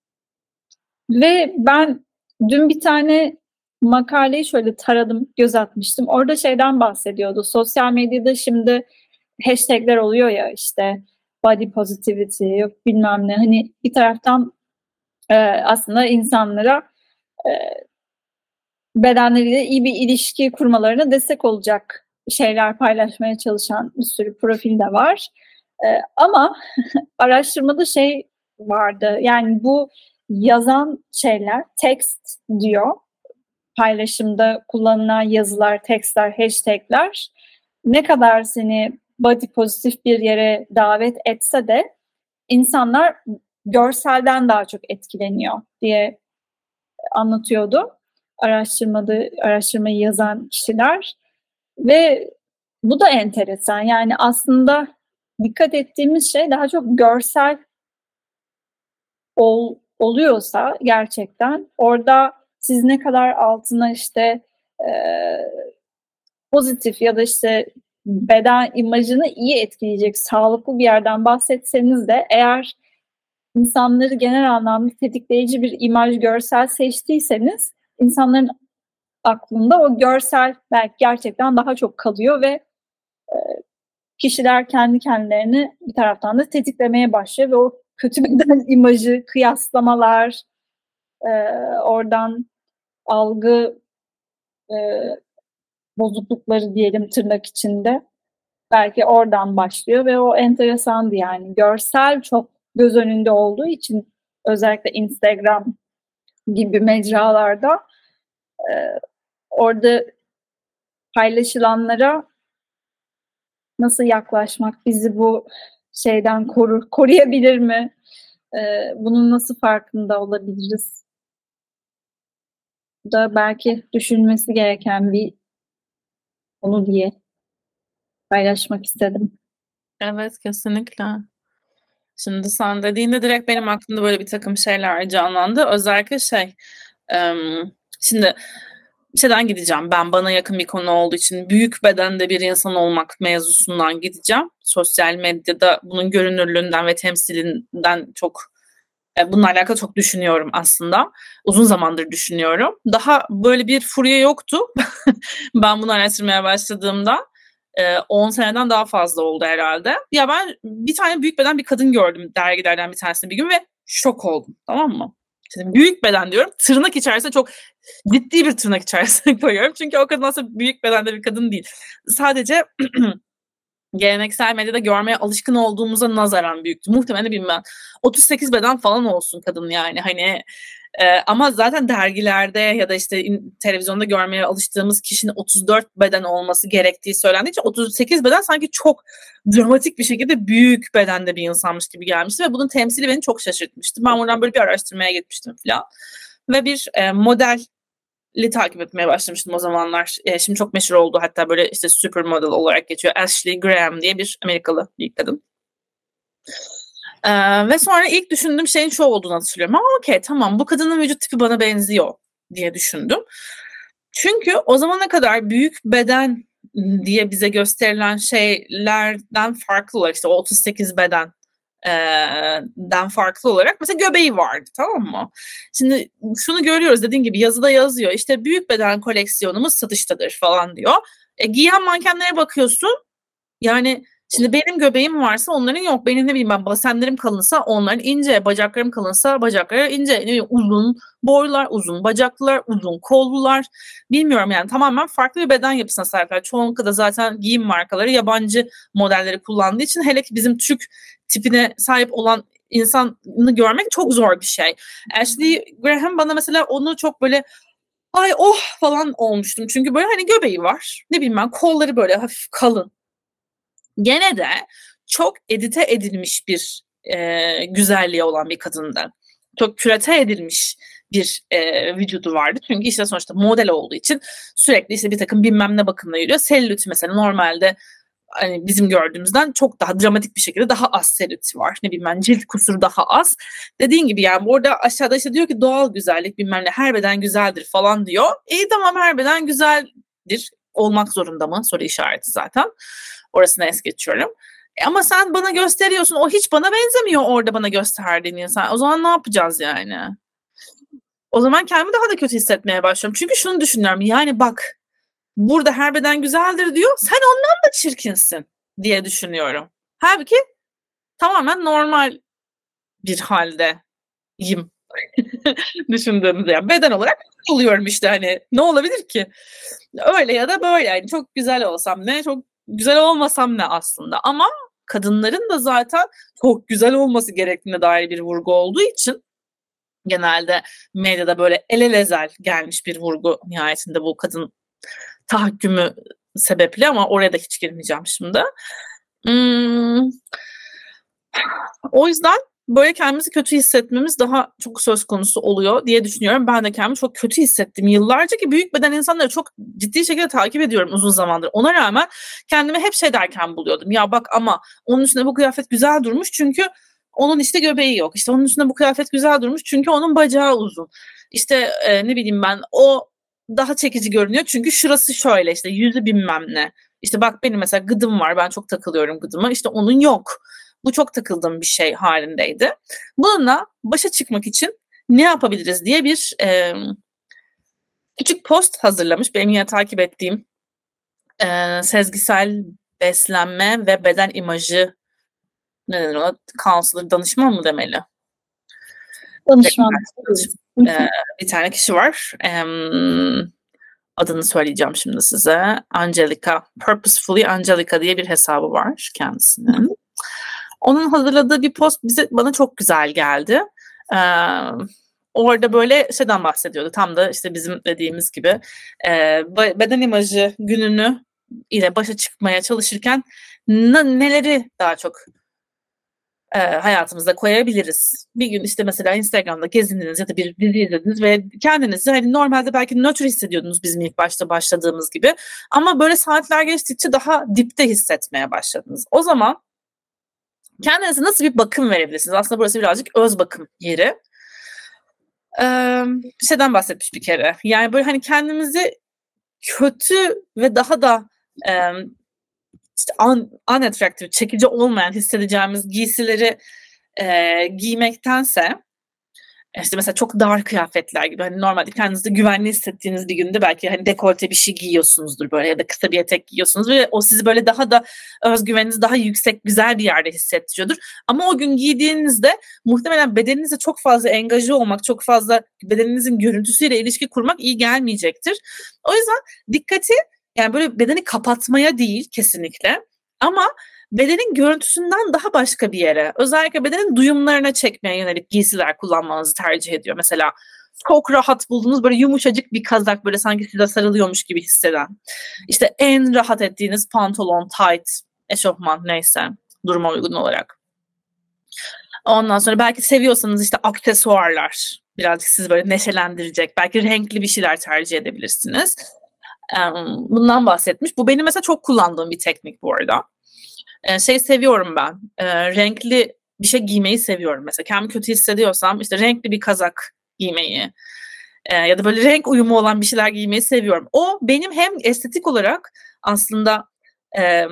ve ben dün bir tane makaleyi şöyle taradım, göz atmıştım. Orada şeyden bahsediyordu. Sosyal medyada şimdi hashtagler oluyor ya işte body positivity, yok bilmem ne. Hani bir taraftan e, aslında insanlara e, bedenleriyle iyi bir ilişki kurmalarına destek olacak şeyler paylaşmaya çalışan bir sürü profil de var. Ee, ama araştırmada şey vardı. Yani bu yazan şeyler text diyor. Paylaşımda kullanılan yazılar, tekstler, hashtagler ne kadar seni body pozitif bir yere davet etse de insanlar görselden daha çok etkileniyor diye anlatıyordu araştırmada araştırmayı yazan kişiler ve bu da enteresan. Yani aslında dikkat ettiğimiz şey daha çok görsel ol, oluyorsa gerçekten orada siz ne kadar altına işte e, pozitif ya da işte beden imajını iyi etkileyecek sağlıklı bir yerden bahsetseniz de eğer insanları genel anlamda tetikleyici bir imaj, görsel seçtiyseniz insanların aklında o görsel belki gerçekten daha çok kalıyor ve e, kişiler kendi kendilerini bir taraftan da tetiklemeye başlıyor ve o kötü beden imajı, kıyaslamalar, e, oradan algı e, bozuklukları diyelim tırnak içinde belki oradan başlıyor ve o enteresandı yani. Görsel çok göz önünde olduğu için özellikle Instagram gibi mecralarda e, orada paylaşılanlara nasıl yaklaşmak bizi bu şeyden korur, koruyabilir mi? E, bunun nasıl farkında olabiliriz? Bu da belki düşünmesi gereken bir konu diye paylaşmak istedim. Evet, kesinlikle. Şimdi sen dediğinde direkt benim aklımda böyle bir takım şeyler canlandı. Özellikle şey, ım, şimdi şeyden gideceğim. Ben bana yakın bir konu olduğu için büyük bedende bir insan olmak mevzusundan gideceğim. Sosyal medyada bunun görünürlüğünden ve temsilinden çok e, bununla alakalı çok düşünüyorum aslında. Uzun zamandır düşünüyorum. Daha böyle bir furya yoktu. Ben bunu araştırmaya başladığımda on seneden daha fazla oldu herhalde. Ya ben bir tane büyük beden bir kadın gördüm dergilerden bir tanesinde bir gün ve şok oldum, tamam mı? Şimdi büyük beden diyorum, tırnak içerisinde çok ciddi bir tırnak içerisinde koyuyorum. Çünkü o kadın aslında büyük bedende bir kadın değil. Sadece geleneksel medyada görmeye alışkın olduğumuza nazaran büyüktü. Muhtemelen bilmem. otuz sekiz beden falan olsun kadın yani. Hani e, ama zaten dergilerde ya da işte in, televizyonda görmeye alıştığımız kişinin otuz dört beden olması gerektiği söylendiği için otuz sekiz beden sanki çok dramatik bir şekilde büyük bedende bir insanmış gibi gelmişti ve bunun temsili beni çok şaşırtmıştı. Ben buradan böyle bir araştırmaya gitmiştim falan. Ve bir e, model li takip etmeye başlamıştım o zamanlar. E, şimdi çok meşhur oldu, hatta böyle işte supermodel olarak geçiyor. Ashley Graham diye bir Amerikalı bir kadın. E, ve sonra ilk düşündüğüm şeyin şu olduğunu hatırlıyorum. Ama okey, tamam, bu kadının vücut tipi bana benziyor diye düşündüm. Çünkü o zamana kadar büyük beden diye bize gösterilen şeylerden farklı olarak işte o otuz sekiz beden den farklı olarak mesela göbeği vardı, tamam mı? Şimdi şunu görüyoruz, dediğin gibi yazıda yazıyor işte büyük beden koleksiyonumuz satıştadır falan diyor. E, giyen mankenlere bakıyorsun yani, şimdi benim göbeğim varsa onların yok, benim ne bileyim ben basenlerim kalınsa onların ince, bacaklarım kalınsa bacakları ince, ne bileyim uzun boylular, uzun bacaklılar, uzun kollular, bilmiyorum yani tamamen farklı bir beden yapısına sahipler. Çoğunlukla da zaten giyim markaları yabancı modelleri kullandığı için hele ki bizim Türk tipine sahip olan insanı görmek çok zor bir şey. Ashley Graham bana mesela onu çok böyle ay oh falan olmuştum. Çünkü böyle hani göbeği var, ne bileyim ben kolları böyle hafif kalın. Gene de çok edite edilmiş bir e, güzelliği olan bir kadındı. Çok kürete edilmiş bir e, vücudu vardı. Çünkü işte sonuçta model olduğu için sürekli işte bir takım bilmem ne bakımına yürüyor. Selüliti mesela normalde hani bizim gördüğümüzden çok daha dramatik bir şekilde daha az selüliti var. Ne bileyim ben, cilt kusuru daha az. Dediğin gibi yani orada aşağıda işte diyor ki doğal güzellik bilmem ne, her beden güzeldir falan diyor. İyi tamam, her beden güzeldir. Olmak zorunda mı? Soru işareti zaten. Orasını es geçiyorum. E ama sen bana gösteriyorsun. O hiç bana benzemiyor orada bana gösterdiğin insan. O zaman ne yapacağız yani? O zaman kendimi daha da kötü hissetmeye başlıyorum. Çünkü şunu düşünüyorum. Yani bak, burada her beden güzeldir diyor. Sen ondan da çirkinsin diye düşünüyorum. Halbuki tamamen normal bir haldeyim. Düşündüğümüzde yani beden olarak oluyorum işte, hani ne olabilir ki? Öyle ya da böyle yani, çok güzel olsam ne, çok güzel olmasam ne aslında. Ama kadınların da zaten çok güzel olması gerektiğine dair bir vurgu olduğu için genelde medyada böyle elelezel gelmiş bir vurgu nihayetinde bu kadın tahakkümü sebeple, ama oraya da hiç girmeyeceğim şimdi. Hmm. O yüzden böyle kendimizi kötü hissetmemiz daha çok söz konusu oluyor diye düşünüyorum. Ben de kendimi çok kötü hissettim. Yıllarca ki büyük beden insanları çok ciddi şekilde takip ediyorum uzun zamandır. Ona rağmen kendimi hep şey derken buluyordum. Ya bak ama onun üstünde bu kıyafet güzel durmuş çünkü onun işte göbeği yok. İşte onun üstünde bu kıyafet güzel durmuş çünkü onun bacağı uzun. İşte e, ne bileyim ben o daha çekici görünüyor çünkü şurası şöyle işte yüzü bilmem ne. İşte bak benim mesela gıdım var, ben çok takılıyorum gıdıma, işte onun yok. Bu çok takıldığım bir şey halindeydi. Bununla başa çıkmak için ne yapabiliriz diye bir e, küçük post hazırlamış. Benim yine takip ettiğim e, sezgisel beslenme ve beden imajı ne denir ona? Counselor, danışman mı demeli? Danışman. e, bir tane kişi var. E, adını söyleyeceğim şimdi size. Angelica, Purposefully Angelica diye bir hesabı var kendisinin. Onun hazırladığı bir post bize bana çok güzel geldi. Ee, orada böyle şeyden bahsediyordu. Tam da işte bizim dediğimiz gibi e, beden imajı gününü ile başa çıkmaya çalışırken n- neleri daha çok e, hayatımıza koyabiliriz. Bir gün işte mesela Instagram'da gezindiniz ya da bir dizi izlediniz ve kendinizi hani normalde belki nötr hissediyordunuz bizim ilk başta başladığımız gibi. Ama böyle saatler geçtikçe daha dipte hissetmeye başladınız. O zaman kendinize nasıl bir bakım verebilirsiniz? Aslında burası birazcık öz bakım yeri. Ee, şeyden bahsetmiş bir kere. Yani böyle hani kendimizi kötü ve daha da e, işte un, unattractive, çekici olmayan hissedeceğimiz giysileri e, giymektense İşte mesela çok dar kıyafetler gibi hani normalde kendinizi güvenli hissettiğiniz bir günde belki hani dekolte bir şey giyiyorsunuzdur böyle ya da kısa bir etek giyiyorsunuz ve o sizi böyle daha da özgüveniniz daha yüksek, güzel bir yerde hissettiriyordur. Ama o gün giydiğinizde muhtemelen bedeninizle çok fazla engaje olmak, çok fazla bedeninizin görüntüsüyle ilişki kurmak iyi gelmeyecektir. O yüzden dikkati yani böyle bedeni kapatmaya değil kesinlikle ama bedenin görüntüsünden daha başka bir yere, özellikle bedenin duyumlarına çekmeye yönelik giysiler kullanmanızı tercih ediyor. Mesela çok rahat bulduğunuz böyle yumuşacık bir kazak, böyle sanki size sarılıyormuş gibi hisseden. İşte en rahat ettiğiniz pantolon, tight, eşofman neyse duruma uygun olarak. Ondan sonra belki seviyorsanız işte aksesuarlar, birazcık sizi böyle neşelendirecek, belki renkli bir şeyler tercih edebilirsiniz. Bundan bahsetmiş. Bu benim mesela çok kullandığım bir teknik bu arada. Şey seviyorum ben, e, renkli bir şey giymeyi seviyorum. Mesela kendimi kötü hissediyorsam işte renkli bir kazak giymeyi e, ya da böyle renk uyumu olan bir şeyler giymeyi seviyorum. O benim hem estetik olarak aslında e,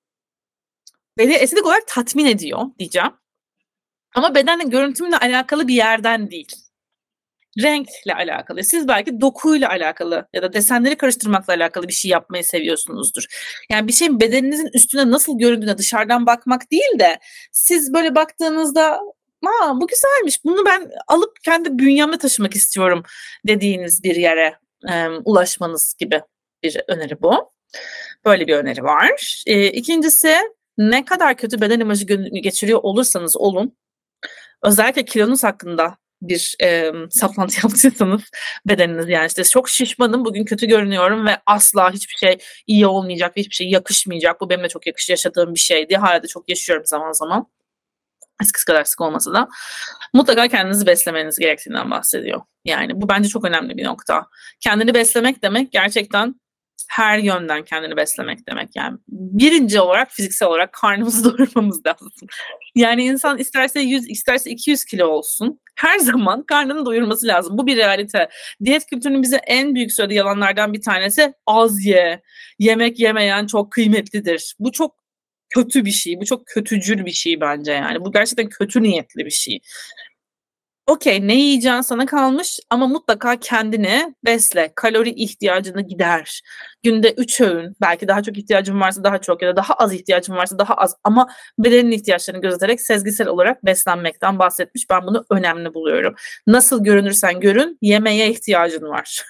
beni estetik olarak tatmin ediyor diyeceğim. Ama bedenle görüntümle alakalı bir yerden değil. Renkle alakalı. Siz belki dokuyla alakalı ya da desenleri karıştırmakla alakalı bir şey yapmayı seviyorsunuzdur. Yani bir şeyin bedeninizin üstüne nasıl göründüğüne dışarıdan bakmak değil de siz böyle baktığınızda aa bu güzelmiş, bunu ben alıp kendi bünyemde taşımak istiyorum dediğiniz bir yere e, ulaşmanız gibi bir öneri bu. Böyle bir öneri var. E, ikincisi, ne kadar kötü beden imajı geçiriyor olursanız olun, özellikle kilonuz hakkında bir e, saplantı yaptıysanız bedeniniz, yani işte çok şişmanım, bugün kötü görünüyorum ve asla hiçbir şey iyi olmayacak ve hiçbir şey yakışmayacak. Bu benim de çok yakış yaşadığım bir şeydi. Hala da çok yaşıyorum zaman zaman. Eskisi kadar sık olmasa da. Mutlaka kendinizi beslemeniz gerektiğinden bahsediyor. Yani bu bence çok önemli bir nokta. Kendini beslemek demek gerçekten her yönden kendini beslemek demek. Yani birinci olarak fiziksel olarak karnımızı doyurmamız lazım. Yani insan isterse yüz, isterse iki yüz kilo olsun, her zaman karnını doyurması lazım. Bu bir realite. Diyet kültürünün bize en büyük söylediği yalanlardan bir tanesi az ye. Yemek yemeyen çok kıymetlidir. Bu çok kötü bir şey. Bu çok kötücül bir şey bence yani. Bu gerçekten kötü niyetli bir şey. Okey, ne yiyeceğin sana kalmış ama mutlaka kendini besle. Kalori ihtiyacını gider. Günde üç öğün, belki daha çok ihtiyacın varsa daha çok ya da daha az ihtiyacın varsa daha az, ama bedenin ihtiyaçlarını gözeterek sezgisel olarak beslenmekten bahsetmiş. Ben bunu önemli buluyorum. Nasıl görünürsen görün, yemeğe ihtiyacın var.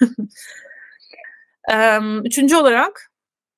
Üçüncü olarak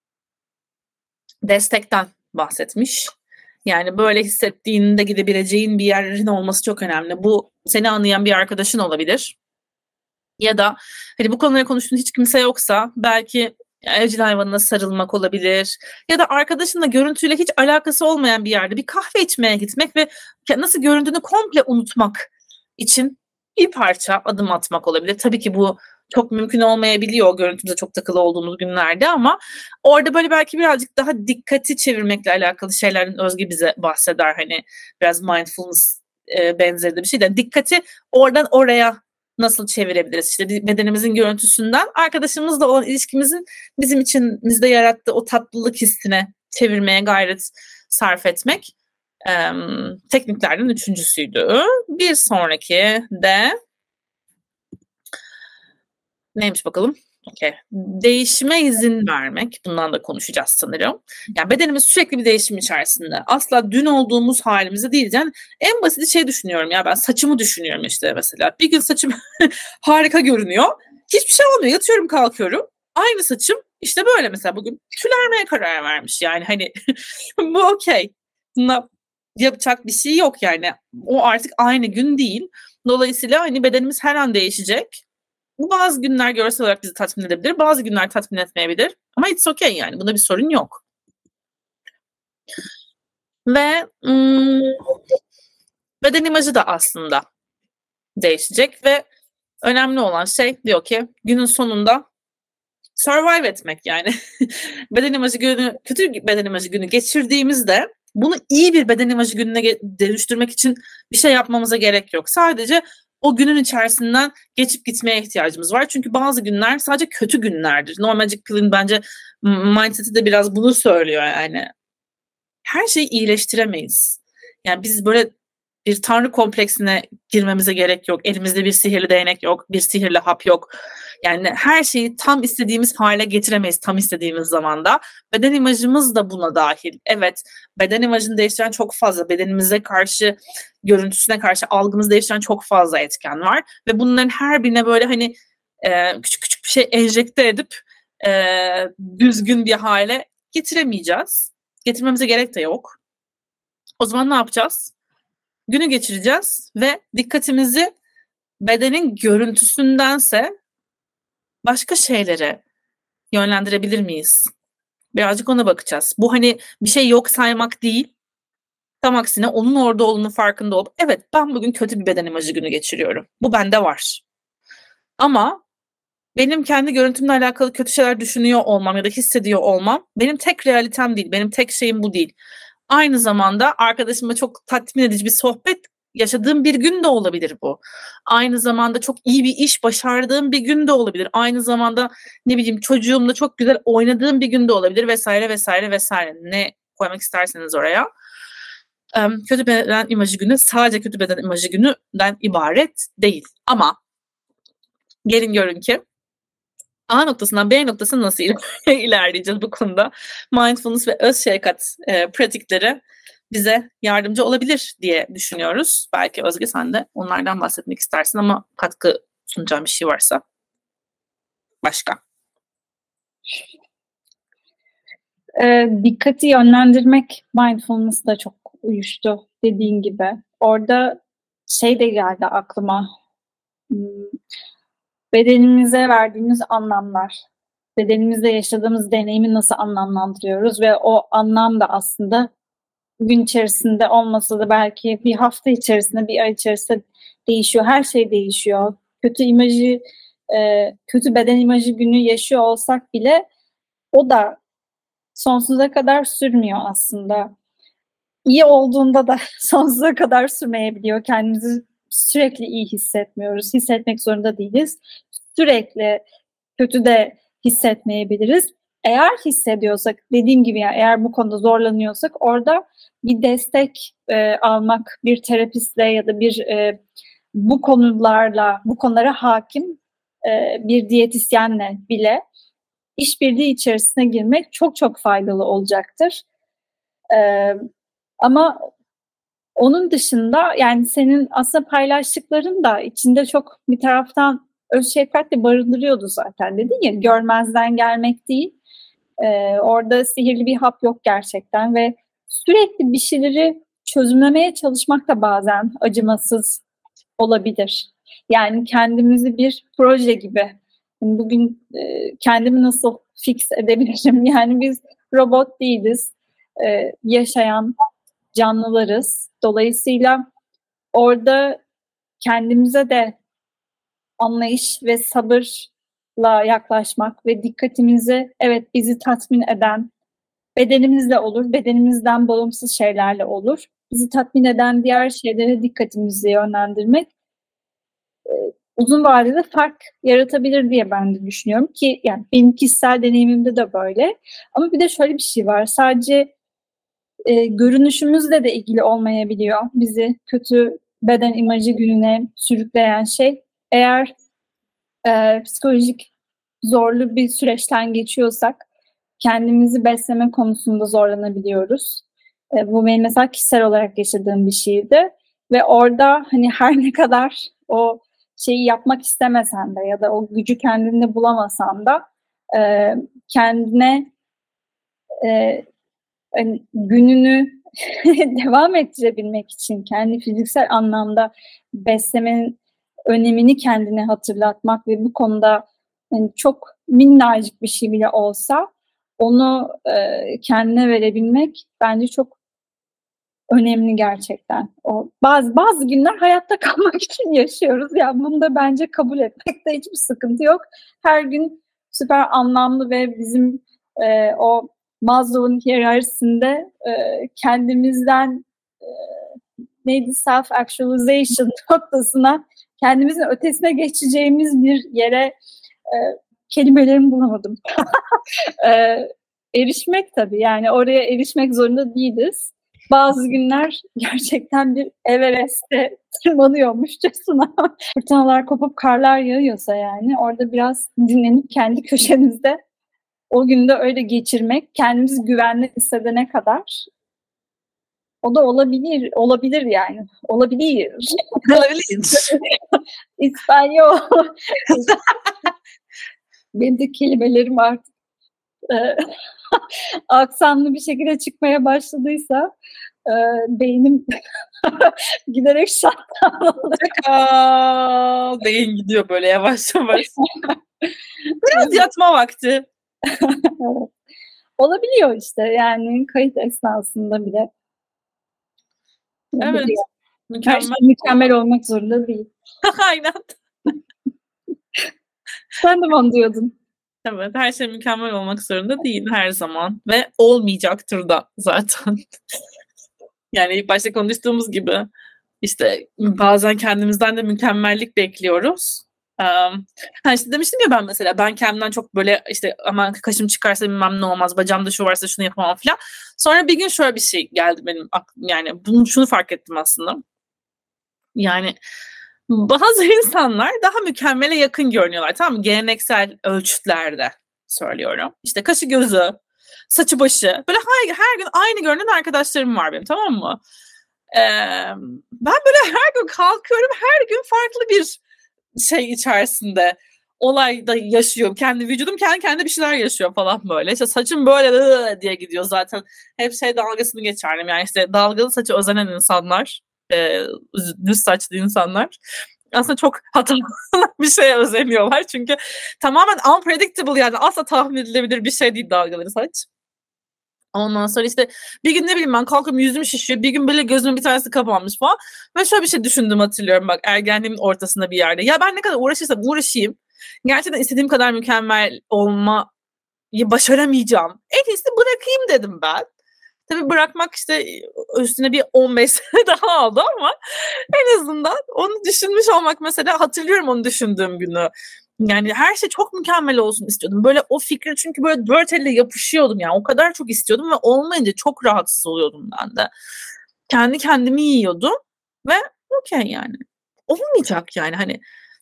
destekten bahsetmiş. Yani böyle hissettiğinde gidebileceğin bir yerin olması çok önemli. Bu seni anlayan bir arkadaşın olabilir. Ya da hani bu konuları konuştuğun hiç kimse yoksa belki Yani evcil hayvanına sarılmak olabilir ya da arkadaşınla görüntüyle hiç alakası olmayan bir yerde bir kahve içmeye gitmek ve nasıl göründüğünü komple unutmak için bir parça adım atmak olabilir. Tabii ki bu çok mümkün olmayabiliyor görüntümüze çok takılı olduğumuz günlerde ama orada böyle belki birazcık daha dikkati çevirmekle alakalı şeylerden Özge bize bahseder. Hani biraz mindfulness e, benzeri de bir şey de dikkati oradan oraya nasıl çevirebiliriz? İşte bedenimizin görüntüsünden arkadaşımızla olan ilişkimizin bizim için bizde yarattığı o tatlılık hissine çevirmeye gayret sarf etmek e, tekniklerden üçüncüsüydü. Bir sonraki de neymiş bakalım? Okay. Değişime izin vermek. Bundan da konuşacağız sanırım. Yani bedenimiz sürekli bir değişim içerisinde. Asla dün olduğumuz halimize değil. Yani en basit şey düşünüyorum ya ben saçımı düşünüyorum işte mesela. Bir gün saçım harika görünüyor. Hiçbir şey olmuyor. Yatıyorum kalkıyorum. Aynı saçım işte böyle mesela bugün tülermeye karar vermiş. Yani hani bu okey. Bunda yapacak bir şey yok yani. O artık aynı gün değil. Dolayısıyla hani bedenimiz her an değişecek. Bu bazı günler görsel olarak bizi tatmin edebilir. Bazı günler tatmin etmeyebilir. Ama it's okay yani. Bunda bir sorun yok. Ve ım, beden imajı da aslında değişecek ve önemli olan şey diyor ki günün sonunda survive etmek yani. Beden imajı günü, kötü beden imajı günü geçirdiğimizde bunu iyi bir beden imajı gününe dönüştürmek için bir şey yapmamıza gerek yok. Sadece o günün içerisinden geçip gitmeye ihtiyacımız var. Çünkü bazı günler sadece kötü günlerdir. No Magic Pill'in bence mindset'i de biraz bunu söylüyor yani. Her şeyi iyileştiremeyiz. Yani biz böyle bir tanrı kompleksine girmemize gerek yok. Elimizde bir sihirli değnek yok, bir sihirli hap yok. Yani her şeyi tam istediğimiz hale getiremeyiz tam istediğimiz zamanda. Beden imajımız da buna dahil. Evet, beden imajını değiştiren çok fazla, bedenimize karşı, görüntüsüne karşı algımızı değiştiren çok fazla etken var. Ve bunların her birine böyle hani e, küçük küçük bir şey enjekte edip e, düzgün bir hale getiremeyeceğiz. Getirmemize gerek de yok. O zaman ne yapacağız? Günü geçireceğiz ve dikkatimizi bedenin görüntüsündense başka şeylere yönlendirebilir miyiz? Birazcık ona bakacağız. Bu hani bir şey yok saymak değil. Tam aksine onun orada olduğunun farkında olup evet ben bugün kötü bir beden imajı günü geçiriyorum. Bu bende var. Ama benim kendi görüntümle alakalı kötü şeyler düşünüyor olmam ya da hissediyor olmam benim tek realitem değil. Benim tek şeyim bu değil. Aynı zamanda arkadaşımla çok tatmin edici bir sohbet yaşadığım bir gün de olabilir bu. Aynı zamanda çok iyi bir iş başardığım bir gün de olabilir. Aynı zamanda ne bileyim çocuğumla çok güzel oynadığım bir gün de olabilir vesaire vesaire vesaire. Ne koymak isterseniz oraya. Kötü beden imajı günü sadece kötü beden imajı gününden ibaret değil. Ama gelin görün ki A noktasından B noktasına nasıl ilerleyeceğiz bu konuda? Mindfulness ve öz şefkat e, pratikleri bize yardımcı olabilir diye düşünüyoruz. Belki Özge sen de onlardan bahsetmek istersin ama katkı sunacağım bir şey varsa. Başka. E, dikkati yönlendirmek mindfulness'la çok uyuştu dediğin gibi. Orada şey de geldi aklıma. Bedenimize verdiğimiz anlamlar, bedenimizde yaşadığımız deneyimi nasıl anlamlandırıyoruz ve o anlam da aslında gün içerisinde olmasa da belki bir hafta içerisinde, bir ay içerisinde değişiyor. Her şey değişiyor. Kötü imajı, e, kötü beden imajı günü yaşıyor olsak bile o da sonsuza kadar sürmüyor aslında. İyi olduğunda da sonsuza kadar sürmeyebiliyor. Kendimizi sürekli iyi hissetmiyoruz. Hissetmek zorunda değiliz. Sürekli kötü de hissetmeyebiliriz. Eğer hissediyorsak, dediğim gibi yani eğer bu konuda zorlanıyorsak orada bir destek e, almak, bir terapistle ya da bir e, bu konularla, bu konulara hakim e, bir diyetisyenle bile işbirliği içerisine girmek çok çok faydalı olacaktır. E, ama onun dışında yani senin aslında paylaştıkların da içinde çok bir taraftan öz şefkat de barındırıyordu zaten dedin ya, görmezden gelmek değil. Ee, orada sihirli bir hap yok gerçekten ve sürekli bir şeyleri çözümlemeye çalışmak da bazen acımasız olabilir. Yani kendimizi bir proje gibi Bugün e, kendimi nasıl fix edebilirim? Yani biz robot değiliz. E, yaşayan canlılarız. Dolayısıyla orada kendimize de anlayış ve sabırla yaklaşmak ve dikkatimizi, evet, bizi tatmin eden, bedenimizle olur, bedenimizden bağımsız şeylerle olur. Bizi tatmin eden diğer şeylere dikkatimizi yönlendirmek e, uzun vadede fark yaratabilir diye ben de düşünüyorum ki yani benim kişisel deneyimimde de böyle. Ama bir de şöyle bir şey var. Sadece e, görünüşümüzle de ilgili olmayabiliyor. Bizi kötü beden imajı gününe sürükleyen şey. Eğer e, psikolojik zorlu bir süreçten geçiyorsak kendimizi besleme konusunda zorlanabiliyoruz. E, bu benim mesela kişisel olarak yaşadığım bir şeydi. Ve orada hani her ne kadar o şeyi yapmak istemesen de ya da o gücü kendinde bulamasan da e, kendine e, hani gününü devam ettirebilmek için kendi fiziksel anlamda beslemenin önemini kendine hatırlatmak ve bu konuda yani çok minnacık bir şey bile olsa onu e, kendine verebilmek bence çok önemli gerçekten. O bazı bazı günler hayatta kalmak için yaşıyoruz. Ya yani bunu da bence kabul etmekte hiçbir sıkıntı yok. Her gün süper anlamlı ve bizim e, o Maslow'un hiyerarşisinde e, kendimizden e, neydi self-actualization noktasına kendimizin ötesine geçeceğimiz bir yere e, kelimelerimi bulamadım. e, erişmek tabii yani oraya erişmek zorunda değiliz. Bazı günler gerçekten bir Everest'e tırmanıyormuşçasına fırtınalar kopup karlar yağıyorsa yani orada biraz dinlenip kendi köşemizde o günde öyle geçirmek, kendimizi güvenli hissedene kadar o da olabilir, olabilir yani. Olabilir. Olabilir. İspanyol. Benim de kelimelerim artık e, aksanlı bir şekilde çıkmaya başladıysa e, beynim giderek şarttan olacak. Beyin gidiyor böyle yavaş yavaş. Biraz yatma vakti. Evet. Olabiliyor işte yani kayıt esnasında bile. Evet. Mükemmel. Her şey mükemmel olmak zorunda değil. Aynen. Sen de mi onu diyordun? Evet, her şey mükemmel olmak zorunda değil her zaman ve olmayacaktır da zaten. Yani ilk başta konuştuğumuz gibi işte bazen kendimizden de mükemmellik bekliyoruz. Um, hani işte demiştim ya ben mesela ben kendimden çok böyle işte aman kaşım çıkarsa bilmem ne olmaz, bacağımda şu varsa şunu yapamam falan. Sonra bir gün şöyle bir şey geldi benim aklım, yani bunu şunu fark ettim aslında. Yani bazı insanlar daha mükemmele yakın görünüyorlar, tamam mı? Geleneksel ölçütlerde söylüyorum. İşte kaşı gözü, saçı başı böyle her, her gün aynı görünen arkadaşlarım var benim, tamam mı? Ee, ben böyle her gün kalkıyorum, her gün farklı bir şey içerisinde olayda yaşıyorum. Kendi vücudum kendi kendine bir şeyler yaşıyor falan böyle. İşte saçım böyle diye gidiyor zaten. Hep şey dalgasını geçerdim. Yani işte dalgalı saçı özenen insanlar, e, düz saçlı insanlar aslında çok hatalı bir şeye özeniyorlar. Çünkü tamamen unpredictable, yani asla tahmin edilebilir bir şey değil dalgalı saç. Ondan sonra işte bir gün ne bileyim ben kalkıyorum yüzüm şişiyor. Bir gün böyle gözümün bir tanesi kapanmış falan. Ve şöyle bir şey düşündüm, hatırlıyorum bak, ergenliğimin ortasında bir yerde. Ya ben ne kadar uğraşırsam uğraşayım, gerçekten istediğim kadar mükemmel olmayı başaramayacağım. En iyisi bırakayım dedim ben. Tabii bırakmak işte üstüne bir on beş sene daha aldı ama en azından onu düşünmüş olmak, mesela hatırlıyorum onu düşündüğüm günü. Yani her şey çok mükemmel olsun istiyordum. Böyle o fikre çünkü böyle dört elle yapışıyordum yani. O kadar çok istiyordum ve olmayınca çok rahatsız oluyordum ben de. Kendi kendimi yiyordum ve okey yani. Olmayacak yani hani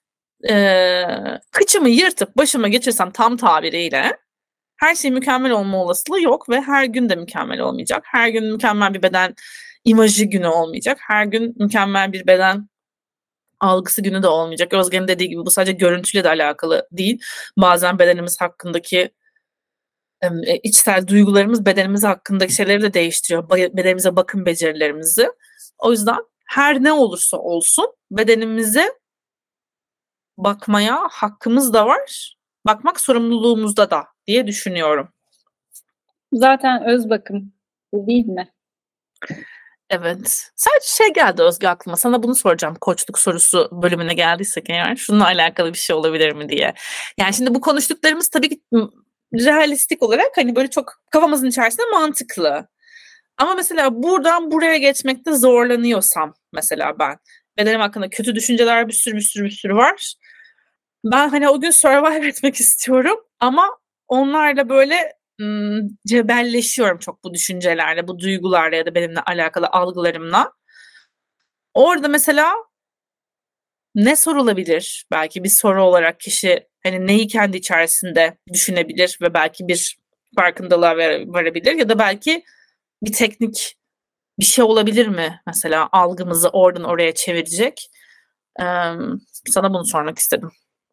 e, kıçımı yırtıp başıma geçirsem tam tabiriyle her şey mükemmel olma olasılığı yok ve her gün de mükemmel olmayacak. Her gün mükemmel bir beden imajı günü olmayacak. Her gün mükemmel bir beden algısı günü de olmayacak. Özge'nin dediği gibi bu sadece görüntüyle de alakalı değil. Bazen bedenimiz hakkındaki e, içsel duygularımız bedenimiz hakkındaki şeyleri de değiştiriyor. Bedenimize bakım becerilerimizi. O yüzden her ne olursa olsun bedenimize bakmaya hakkımız da var. bakmak sorumluluğumuzda da diye düşünüyorum. Zaten öz bakım bu değil mi? Evet. Sadece şey geldi Özge aklıma. Sana bunu soracağım. Koçluk sorusu bölümüne geldiysek eğer. Şununla alakalı bir şey olabilir mi diye. Yani şimdi bu konuştuklarımız tabii ki realistik olarak hani böyle çok kafamızın içerisinde mantıklı. Ama mesela buradan buraya geçmekte zorlanıyorsam mesela ben. Bedenim hakkında kötü düşünceler bir sürü bir sürü bir sürü var. Ben hani o gün survive etmek istiyorum ama onlarla böyle ım, cebelleşiyorum çok bu düşüncelerle, bu duygularla ya da benimle alakalı algılarımla. Orada mesela ne sorulabilir? Belki bir soru olarak kişi hani neyi kendi içerisinde düşünebilir ve belki bir farkındalığa varabilir ya da belki bir teknik bir şey olabilir mi? Mesela algımızı oradan oraya çevirecek. Ee, sana bunu sormak istedim.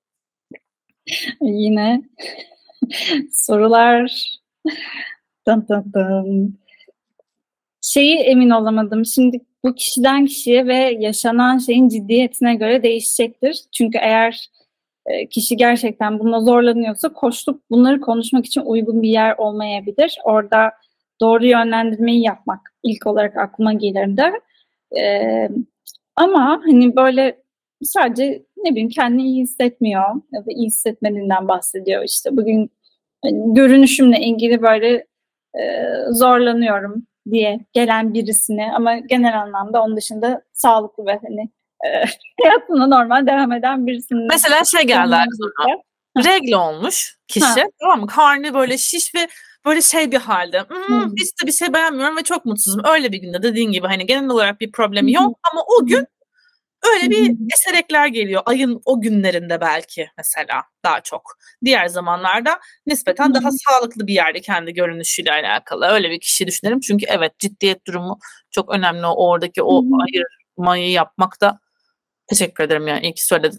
Yine sorular. Dın dın dın. Şeyi emin olamadım. Şimdi bu kişiden kişiye ve yaşanan şeyin ciddiyetine göre değişecektir. Çünkü eğer e, kişi gerçekten buna zorlanıyorsa koçluk bunları konuşmak için uygun bir yer olmayabilir. Orada doğru yönlendirmeyi yapmak ilk olarak aklıma gelirdi. Ee, ama hani böyle sadece ne bileyim kendini iyi hissetmiyor ya da iyi hissetmediğinden bahsediyor. İşte bugün hani görünüşümle ilgili böyle e, zorlanıyorum diye gelen birisine ama genel anlamda onun dışında sağlıklı ve hani e, hayatına normal devam eden birisinin. Mesela şey geldi aklıma. Regle olmuş kişi. Ha. Tamam mı? Karnı böyle şiş ve böyle şey bir halde. Hmm, hiç de bir şey beğenmiyorum ve çok mutsuzum. Öyle bir günde dediğin gibi hani genel olarak bir problemi yok ama o gün öyle bir eserekler geliyor. Ayın o günlerinde belki mesela daha çok. Diğer zamanlarda nispeten daha sağlıklı bir yerde kendi görünüşüyle alakalı. Öyle bir kişi düşünelim. Çünkü evet ciddiyet durumu çok önemli. O oradaki o ayırmayı yapmak da. Teşekkür ederim ya. İyi ki söyledin.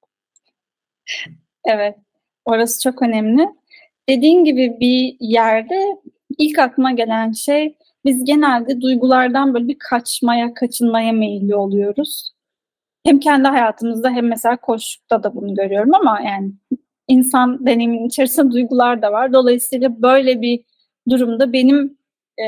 Evet. Orası çok önemli. Dediğin gibi bir yerde ilk aklıma gelen şey biz genelde duygulardan böyle bir kaçmaya, kaçınmaya meyilli oluyoruz. Hem kendi hayatımızda hem mesela koçlukta da bunu görüyorum ama yani insan deneyiminin içerisinde duygular da var. Dolayısıyla böyle bir durumda benim e,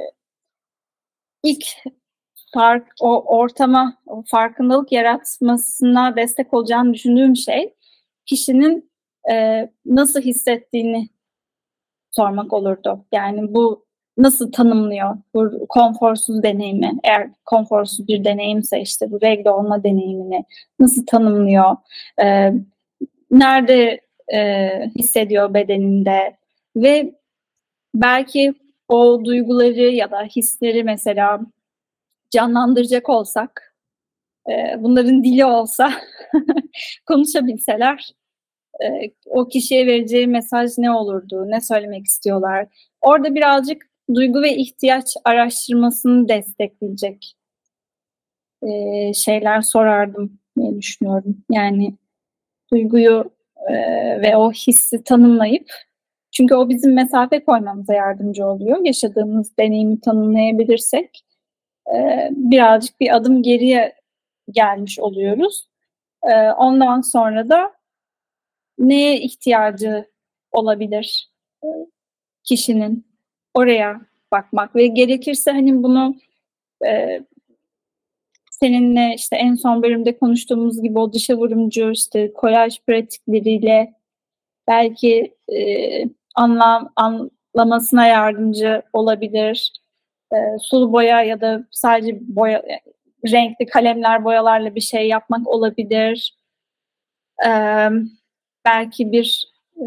ilk fark o ortama o farkındalık yaratmasına destek olacağını düşündüğüm şey kişinin e, nasıl hissettiğini sormak olurdu. Yani bu nasıl tanımlıyor bu konforsuz deneyimi? Eğer konforsuz bir deneyimse işte bu regle olma deneyimini nasıl tanımlıyor? Ee, nerede e, hissediyor bedeninde? Ve belki o duyguları ya da hisleri mesela canlandıracak olsak, e, bunların dili olsa, konuşabilseler, e, o kişiye vereceği mesaj ne olurdu, ne söylemek istiyorlar? Orada birazcık duygu ve ihtiyaç araştırmasını destekleyecek e, şeyler sorardım diye düşünüyorum. Yani duyguyu e, ve o hissi tanımlayıp, çünkü o bizim mesafe koymamıza yardımcı oluyor. Yaşadığımız deneyimi tanımlayabilirsek e, birazcık bir adım geriye gelmiş oluyoruz. E, ondan sonra da neye ihtiyacı olabilir e, kişinin, oraya bakmak ve gerekirse hani bunu e, seninle işte en son bölümde konuştuğumuz gibi o dışa vurumcu işte kolaj pratikleriyle belki e, anlam, anlamasına yardımcı olabilir. E, sulu boya ya da sadece boya, renkli kalemler, boyalarla bir şey yapmak olabilir. E, belki bir e,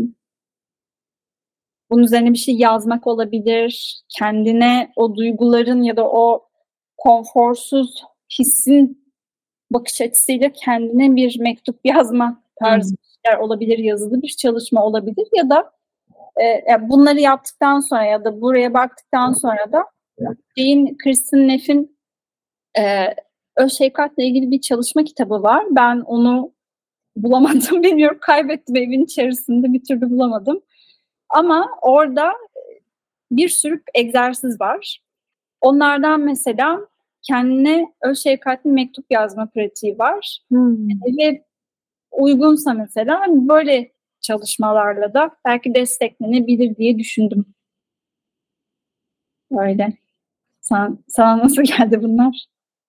bunun üzerine bir şey yazmak olabilir. Kendine o duyguların ya da o konforsuz hissin bakış açısıyla kendine bir mektup yazma tarzı şeyler olabilir. Yazılı bir çalışma olabilir ya da e, bunları yaptıktan sonra ya da buraya baktıktan sonra da Jane Kristin Neff'in e, öz şefkatle ilgili bir çalışma kitabı var. Ben onu bulamadım. Bilmiyorum, kaybettim evin içerisinde, bir türlü bulamadım. Ama orada bir sürü egzersiz var. Onlardan mesela kendine öz şefkatli mektup yazma pratiği var. Hmm. Ve uygunsa mesela böyle çalışmalarla da belki desteklenebilir diye düşündüm. Öyle. Sen, sana nasıl geldi bunlar?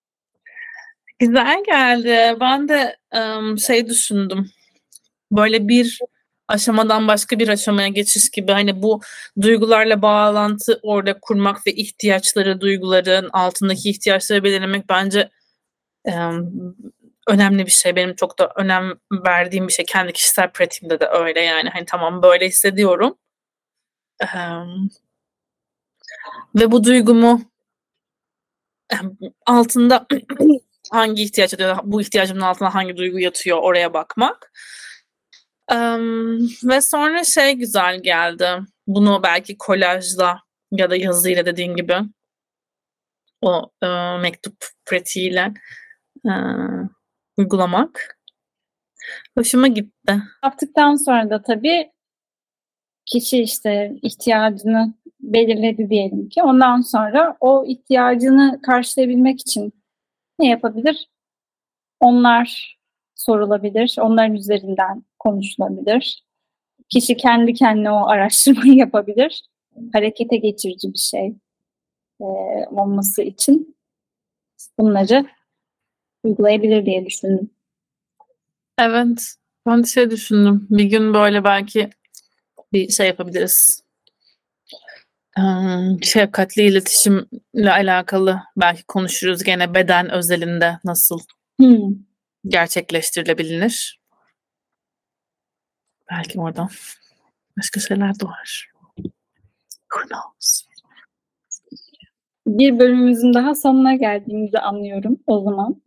Güzel geldi. Ben de um, şey düşündüm. Böyle bir aşamadan başka bir aşamaya geçiş gibi, hani bu duygularla bağlantı orada kurmak ve ihtiyaçları, duyguların altındaki ihtiyaçları belirlemek bence um, önemli bir şey. Benim çok da önem verdiğim bir şey. Kendi kişisel pratiğimde de öyle yani. Hani tamam, böyle hissediyorum. Um, ve bu duygumu um, altında hangi ihtiyaç yatıyor, bu ihtiyacımın altında hangi duygu yatıyor, oraya bakmak. Um, ve sonra şey güzel geldi. Bunu belki kolajla ya da yazıyla, dediğin gibi o e, mektup pratiğiyle e, uygulamak hoşuma gitti. Yaptıktan sonra da tabii kişi işte ihtiyacını belirledi diyelim ki. Ondan sonra o ihtiyacını karşılayabilmek için ne yapabilir? Onlar sorulabilir. Onların üzerinden konuşulabilir. Kişi kendi kendine o araştırmayı yapabilir. Harekete geçirici bir şey e, olması için bunları uygulayabilir diye düşündüm. Evet. Ben de şey düşündüm. Bir gün böyle belki bir şey yapabiliriz. Um, şefkatli iletişimle alakalı belki konuşuruz. Gene beden özelinde nasıl Hmm. gerçekleştirilebilir. Belki oradan başka şeyler doğar. Who knows? Bir bölümümüzün daha sonuna geldiğimizi anlıyorum o zaman.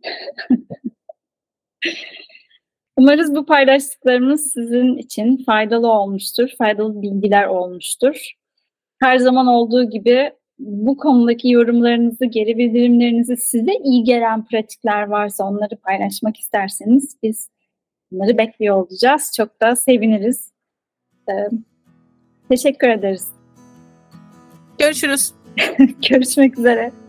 Umarız bu paylaştıklarımız sizin için faydalı olmuştur, faydalı bilgiler olmuştur. Her zaman olduğu gibi bu konudaki yorumlarınızı, geri bildirimlerinizi, size iyi gelen pratikler varsa onları paylaşmak isterseniz biz bunları bekliyor olacağız. Çok da seviniriz. Ee, teşekkür ederiz. Görüşürüz. Görüşmek üzere.